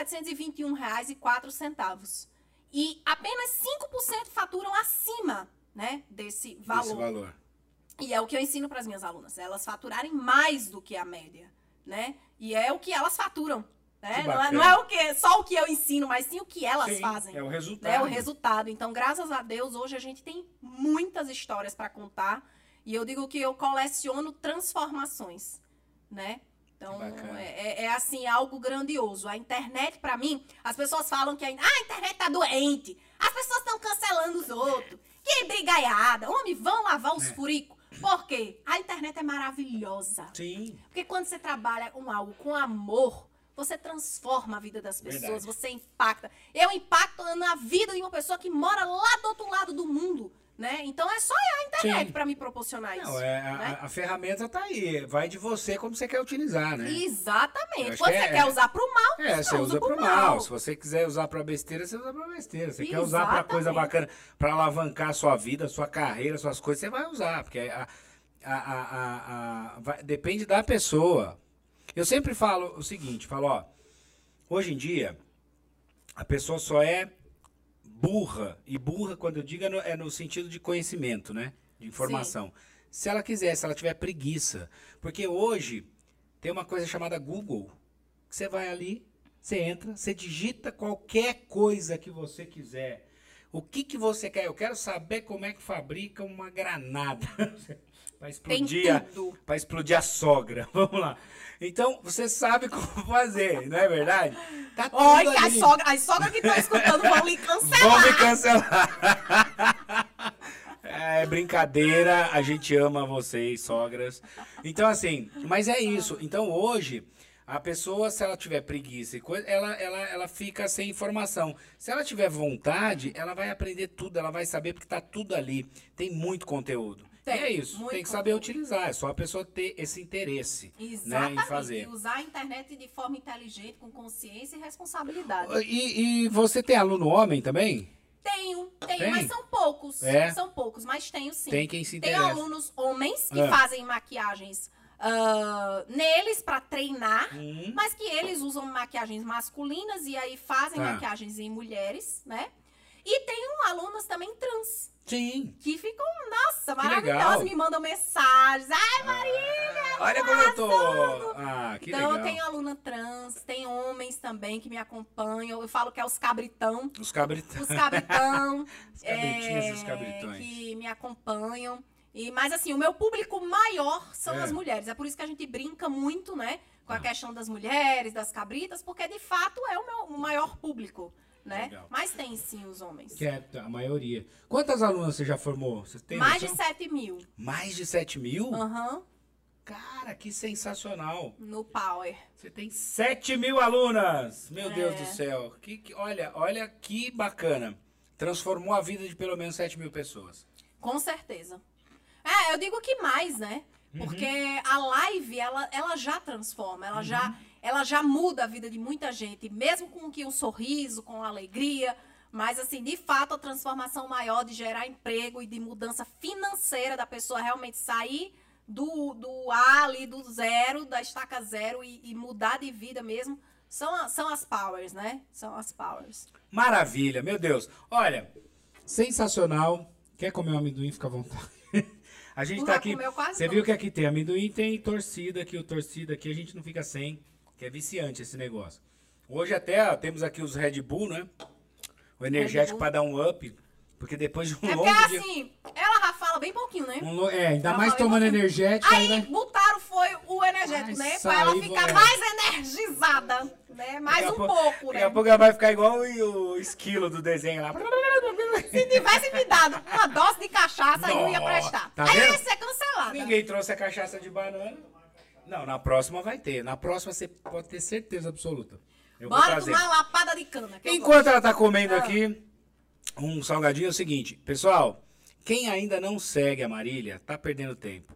1.721,04. E apenas 5% faturam acima, né, desse valor. Esse valor. E é o que eu ensino para as minhas alunas, elas faturarem mais do que a média, né? E é o que elas faturam. Né? Não é só o que eu ensino, mas sim o que elas fazem. É o resultado. É o resultado. Então, graças a Deus, hoje a gente tem muitas histórias para contar. E eu digo que eu coleciono transformações, né? Então, é assim, algo grandioso. A internet, para mim, as pessoas falam que a internet tá doente. As pessoas estão cancelando os outros. Que brigaiada. Homem, vão lavar os furicos. Por quê? A internet é maravilhosa. Sim. Porque quando você trabalha com algo com amor, você transforma a vida das pessoas, você impacta. Eu impacto na vida de uma pessoa que mora lá do outro lado do mundo, né? Então é só a internet para me proporcionar isso. Não, né? a ferramenta tá aí. Vai de você como você quer utilizar, né? Exatamente. Quando você quer usar pro mal, você usa pro mal. Se você quiser usar pra besteira, você usa pra besteira. Você quer usar pra coisa bacana, pra alavancar a sua vida, a sua carreira, suas coisas, você vai usar. Porque depende da pessoa. Eu sempre falo o seguinte, ó, hoje em dia, a pessoa só é burra, e burra, quando eu digo, é no sentido de conhecimento, né? De informação. Sim. Se ela quiser, se ela tiver preguiça. Porque hoje tem uma coisa chamada Google, que você vai ali, você entra, você digita qualquer coisa que você quiser. O que você quer? Eu quero saber como é que fabrica uma granada. Para explodir a sogra. Vamos lá. Então, você sabe como fazer, não é verdade? Tá tudo ali. As sogras que estão escutando vão lhe cancelar. Vão me cancelar. É brincadeira, a gente ama vocês, sogras. Então, assim, mas é isso. Então, hoje, a pessoa, se ela tiver preguiça e coisa, ela fica sem informação. Se ela tiver vontade, ela vai aprender tudo, ela vai saber porque tá tudo ali. Tem muito conteúdo. E é isso, tem que saber utilizar, é só a pessoa ter esse interesse, né, em fazer. E usar a internet de forma inteligente, com consciência e responsabilidade. E você tem aluno homem também? Tenho, mas são poucos. São poucos, mas tenho sim. Tem quem se interessa. Tem alunos homens que fazem maquiagens neles para treinar, mas que eles usam maquiagens masculinas e aí fazem maquiagens em mulheres, né? E tem alunas também trans. Sim. Que ficam, nossa, maravilhosas, me mandam mensagens. Ai, Marília, olha como eu tô. Que então, legal. Eu tenho aluna trans, tem homens também que me acompanham. Eu falo que é os cabritão. Os cabritão. Os cabritão. Os cabritinhos e os cabritões. Que me acompanham. Mas assim, o meu público maior são as mulheres. É por isso que a gente brinca muito, né? Com a questão das mulheres, das cabritas, porque de fato é o meu maior público. Né? Mas tem sim os homens. Que é a maioria. Quantas alunas você já formou? Você tem mais de 7 mil. Mais de 7 mil? Aham. Cara, que sensacional. No Power. Você tem 7 mil alunas. Meu Deus do céu. Olha que bacana. Transformou a vida de pelo menos 7 mil pessoas. Com certeza. Eu digo que mais, né? Porque a live, ela já transforma, ela já muda a vida de muita gente, mesmo com um sorriso, com alegria, mas assim, de fato, a transformação maior de gerar emprego e de mudança financeira da pessoa realmente sair do A ali, do zero, da estaca zero e mudar de vida mesmo, são as powers, né? São as powers. Maravilha, meu Deus. Olha, sensacional. Quer comer um amendoim? Fica à vontade. A gente tá aqui. Você viu que aqui tem amendoim, tem torcida aqui. O torcida aqui a gente não fica sem, que é viciante esse negócio. Hoje até ó, temos aqui os Red Bull, né? O energético para dar um up. Porque depois de um longo porque dia... assim, ela já fala bem pouquinho, né? ainda mais tomando energético. Aí botaram foi o energético, né? Pra ela ficar mais energizada, né? Mais pouco, né? Daqui a pouco ela vai ficar igual o esquilo do desenho lá. Se tivesse me dado uma dose de cachaça, aí não ia prestar. Tá aí vendo? ia ser cancelada. Ninguém trouxe a cachaça de banana. Não, na próxima vai ter. Na próxima você pode ter certeza absoluta. Eu vou Bora trazer. tomar uma lapada de cana. Enquanto ela tá comendo aqui um salgadinho, é o seguinte. Pessoal, quem ainda não segue a Marília, tá perdendo tempo.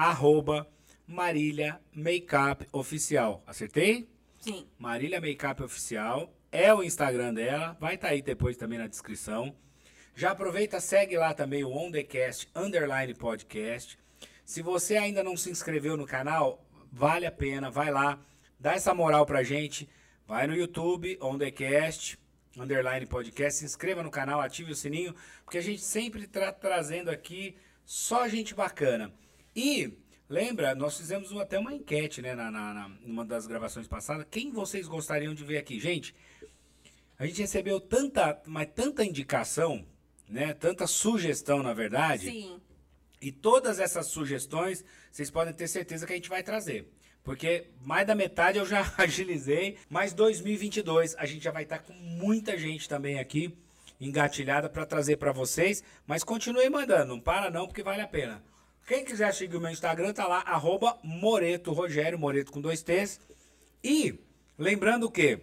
@Marília Makeup Oficial. Acertei? Sim. Marília Makeup Oficial. É o Instagram dela. Vai estar aí depois também na descrição. Já aproveita, segue lá também o OnTheCast _podcast. Se você ainda não se inscreveu no canal, vale a pena, vai lá, dá essa moral pra gente. Vai no YouTube, OnTheCast _podcast, se inscreva no canal, ative o sininho, porque a gente sempre tá trazendo aqui só gente bacana. E lembra, nós fizemos até uma enquete, né, numa das gravações passadas. Quem vocês gostariam de ver aqui? Gente, a gente recebeu tanta indicação, né, tanta sugestão, na verdade. Sim. E todas essas sugestões, vocês podem ter certeza que a gente vai trazer. Porque mais da metade eu já agilizei, mas 2022 a gente já vai estar com muita gente também aqui engatilhada para trazer para vocês. Mas continue mandando, não para não, porque vale a pena. Quem quiser seguir o meu Instagram, tá lá, @Moreto Rogério, Moreto com 2 T's. E lembrando que,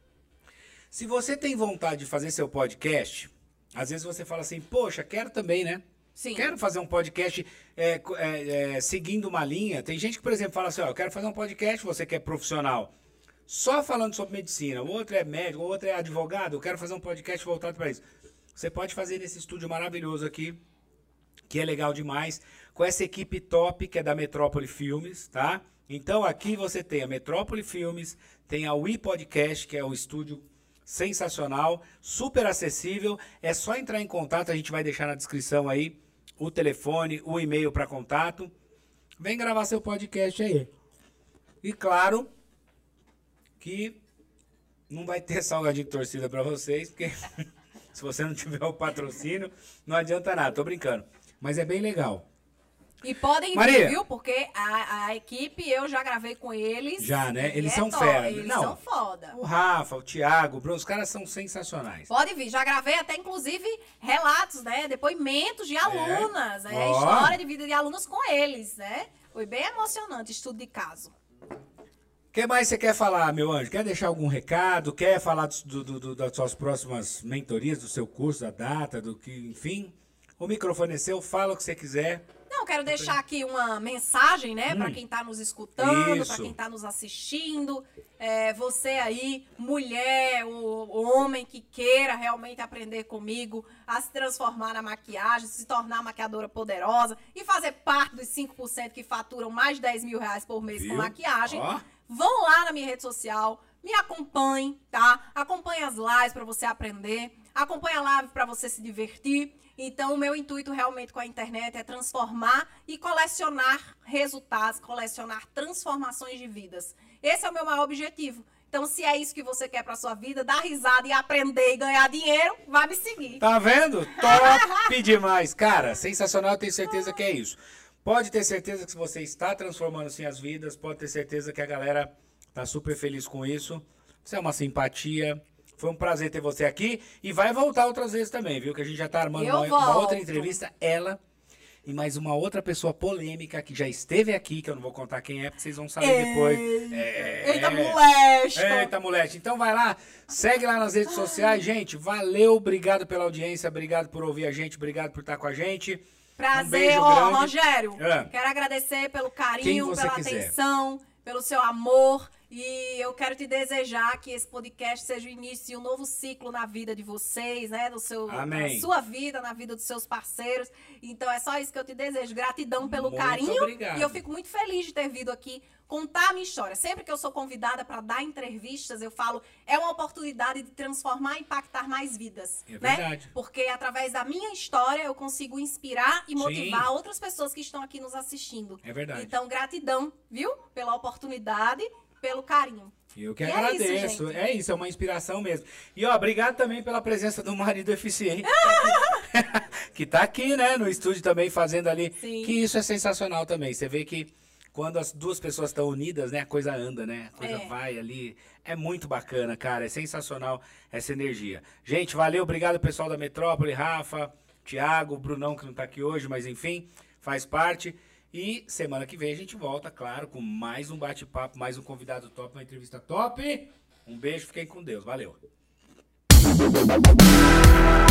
se você tem vontade de fazer seu podcast, às vezes você fala assim, poxa, quero também, né? Sim. Quero fazer um podcast seguindo uma linha. Tem gente que, por exemplo, fala assim, ó, eu quero fazer um podcast, você que é profissional, só falando sobre medicina, o outro é médico, o outro é advogado, eu quero fazer um podcast voltado para isso. Você pode fazer nesse estúdio maravilhoso aqui, que é legal demais, com essa equipe top, que é da Metrópole Filmes, tá? Então aqui você tem a Metrópole Filmes, tem a We Podcast, que é o estúdio sensacional, super acessível, é só entrar em contato, a gente vai deixar na descrição aí o telefone, o e-mail para contato. Vem gravar seu podcast aí. E claro que não vai ter salgadinho de torcida para vocês, porque se você não tiver o patrocínio, não adianta nada, tô brincando. Mas é bem legal. E podem vir, viu? Porque a equipe, eu já gravei com eles. Já, né? Eles são fera. Eles são foda. O Rafa, o Thiago, o Bruno, os caras são sensacionais. Pode vir. Já gravei até, inclusive, relatos, né? Depoimentos de alunas, né? História de vida de alunos com eles, né? Foi bem emocionante, estudo de caso. O que mais você quer falar, meu anjo? Quer deixar algum recado? Quer falar das suas próximas mentorias, do seu curso, da data, do que, enfim? O microfone é seu, fala o que você quiser. Não, quero deixar aqui uma mensagem, né, para quem tá nos escutando, para quem tá nos assistindo. Você aí, mulher, o homem que queira realmente aprender comigo a se transformar na maquiagem, se tornar maquiadora poderosa e fazer parte dos 5% que faturam mais de R$10 mil por mês com maquiagem. Vão lá na minha rede social, me acompanhem, tá? Acompanhe as lives para você aprender, acompanhe a live para você se divertir. Então, o meu intuito realmente com a internet é transformar e colecionar resultados, colecionar transformações de vidas. Esse é o meu maior objetivo. Então, se é isso que você quer para sua vida, dar risada e aprender e ganhar dinheiro, vai me seguir. Tá vendo? Top demais. Cara, sensacional, eu tenho certeza que é isso. Pode ter certeza que você está transformando assim as vidas, pode ter certeza que a galera tá super feliz com isso. Você é uma simpatia. Foi um prazer ter você aqui e vai voltar outras vezes também, viu? Que a gente já tá armando uma outra entrevista. Ela e mais uma outra pessoa polêmica que já esteve aqui, que eu não vou contar quem é, porque vocês vão saber depois. Eita, moleque! Eita, moleque! Então vai lá, segue lá nas redes sociais. Gente, valeu, obrigado pela audiência, obrigado por ouvir a gente, obrigado por estar com a gente. Prazer, um beijo grande. Rogério. Quero agradecer pelo carinho, pela atenção, pelo seu amor. E eu quero te desejar que esse podcast seja o início de um novo ciclo na vida de vocês, né? Amém. Na sua vida, na vida dos seus parceiros. Então é só isso que eu te desejo. Gratidão pelo Muito carinho. obrigado. E eu fico muito feliz de ter vindo aqui contar a minha história. Sempre que eu sou convidada para dar entrevistas, eu falo, é uma oportunidade de transformar e impactar mais vidas. É né? verdade. Porque através da minha história eu consigo inspirar e motivar Sim. outras pessoas que estão aqui nos assistindo. É verdade. Então, gratidão, viu? Pela oportunidade, pelo carinho. Eu que E é agradeço. isso, gente. É isso, é uma inspiração mesmo. E ó, obrigado também pela presença do marido eficiente. Que tá aqui, né, no estúdio também fazendo ali. Sim. Que isso é sensacional também. Você vê que quando as duas pessoas estão unidas, né, a coisa anda, né? A coisa vai ali. É muito bacana, cara. É sensacional essa energia. Gente, valeu, obrigado pessoal da Metrópole, Rafa, Thiago, Brunão que não tá aqui hoje, mas enfim, faz parte. E semana que vem a gente volta, claro, com mais um bate-papo, mais um convidado top, uma entrevista top. Um beijo, fiquem com Deus. Valeu.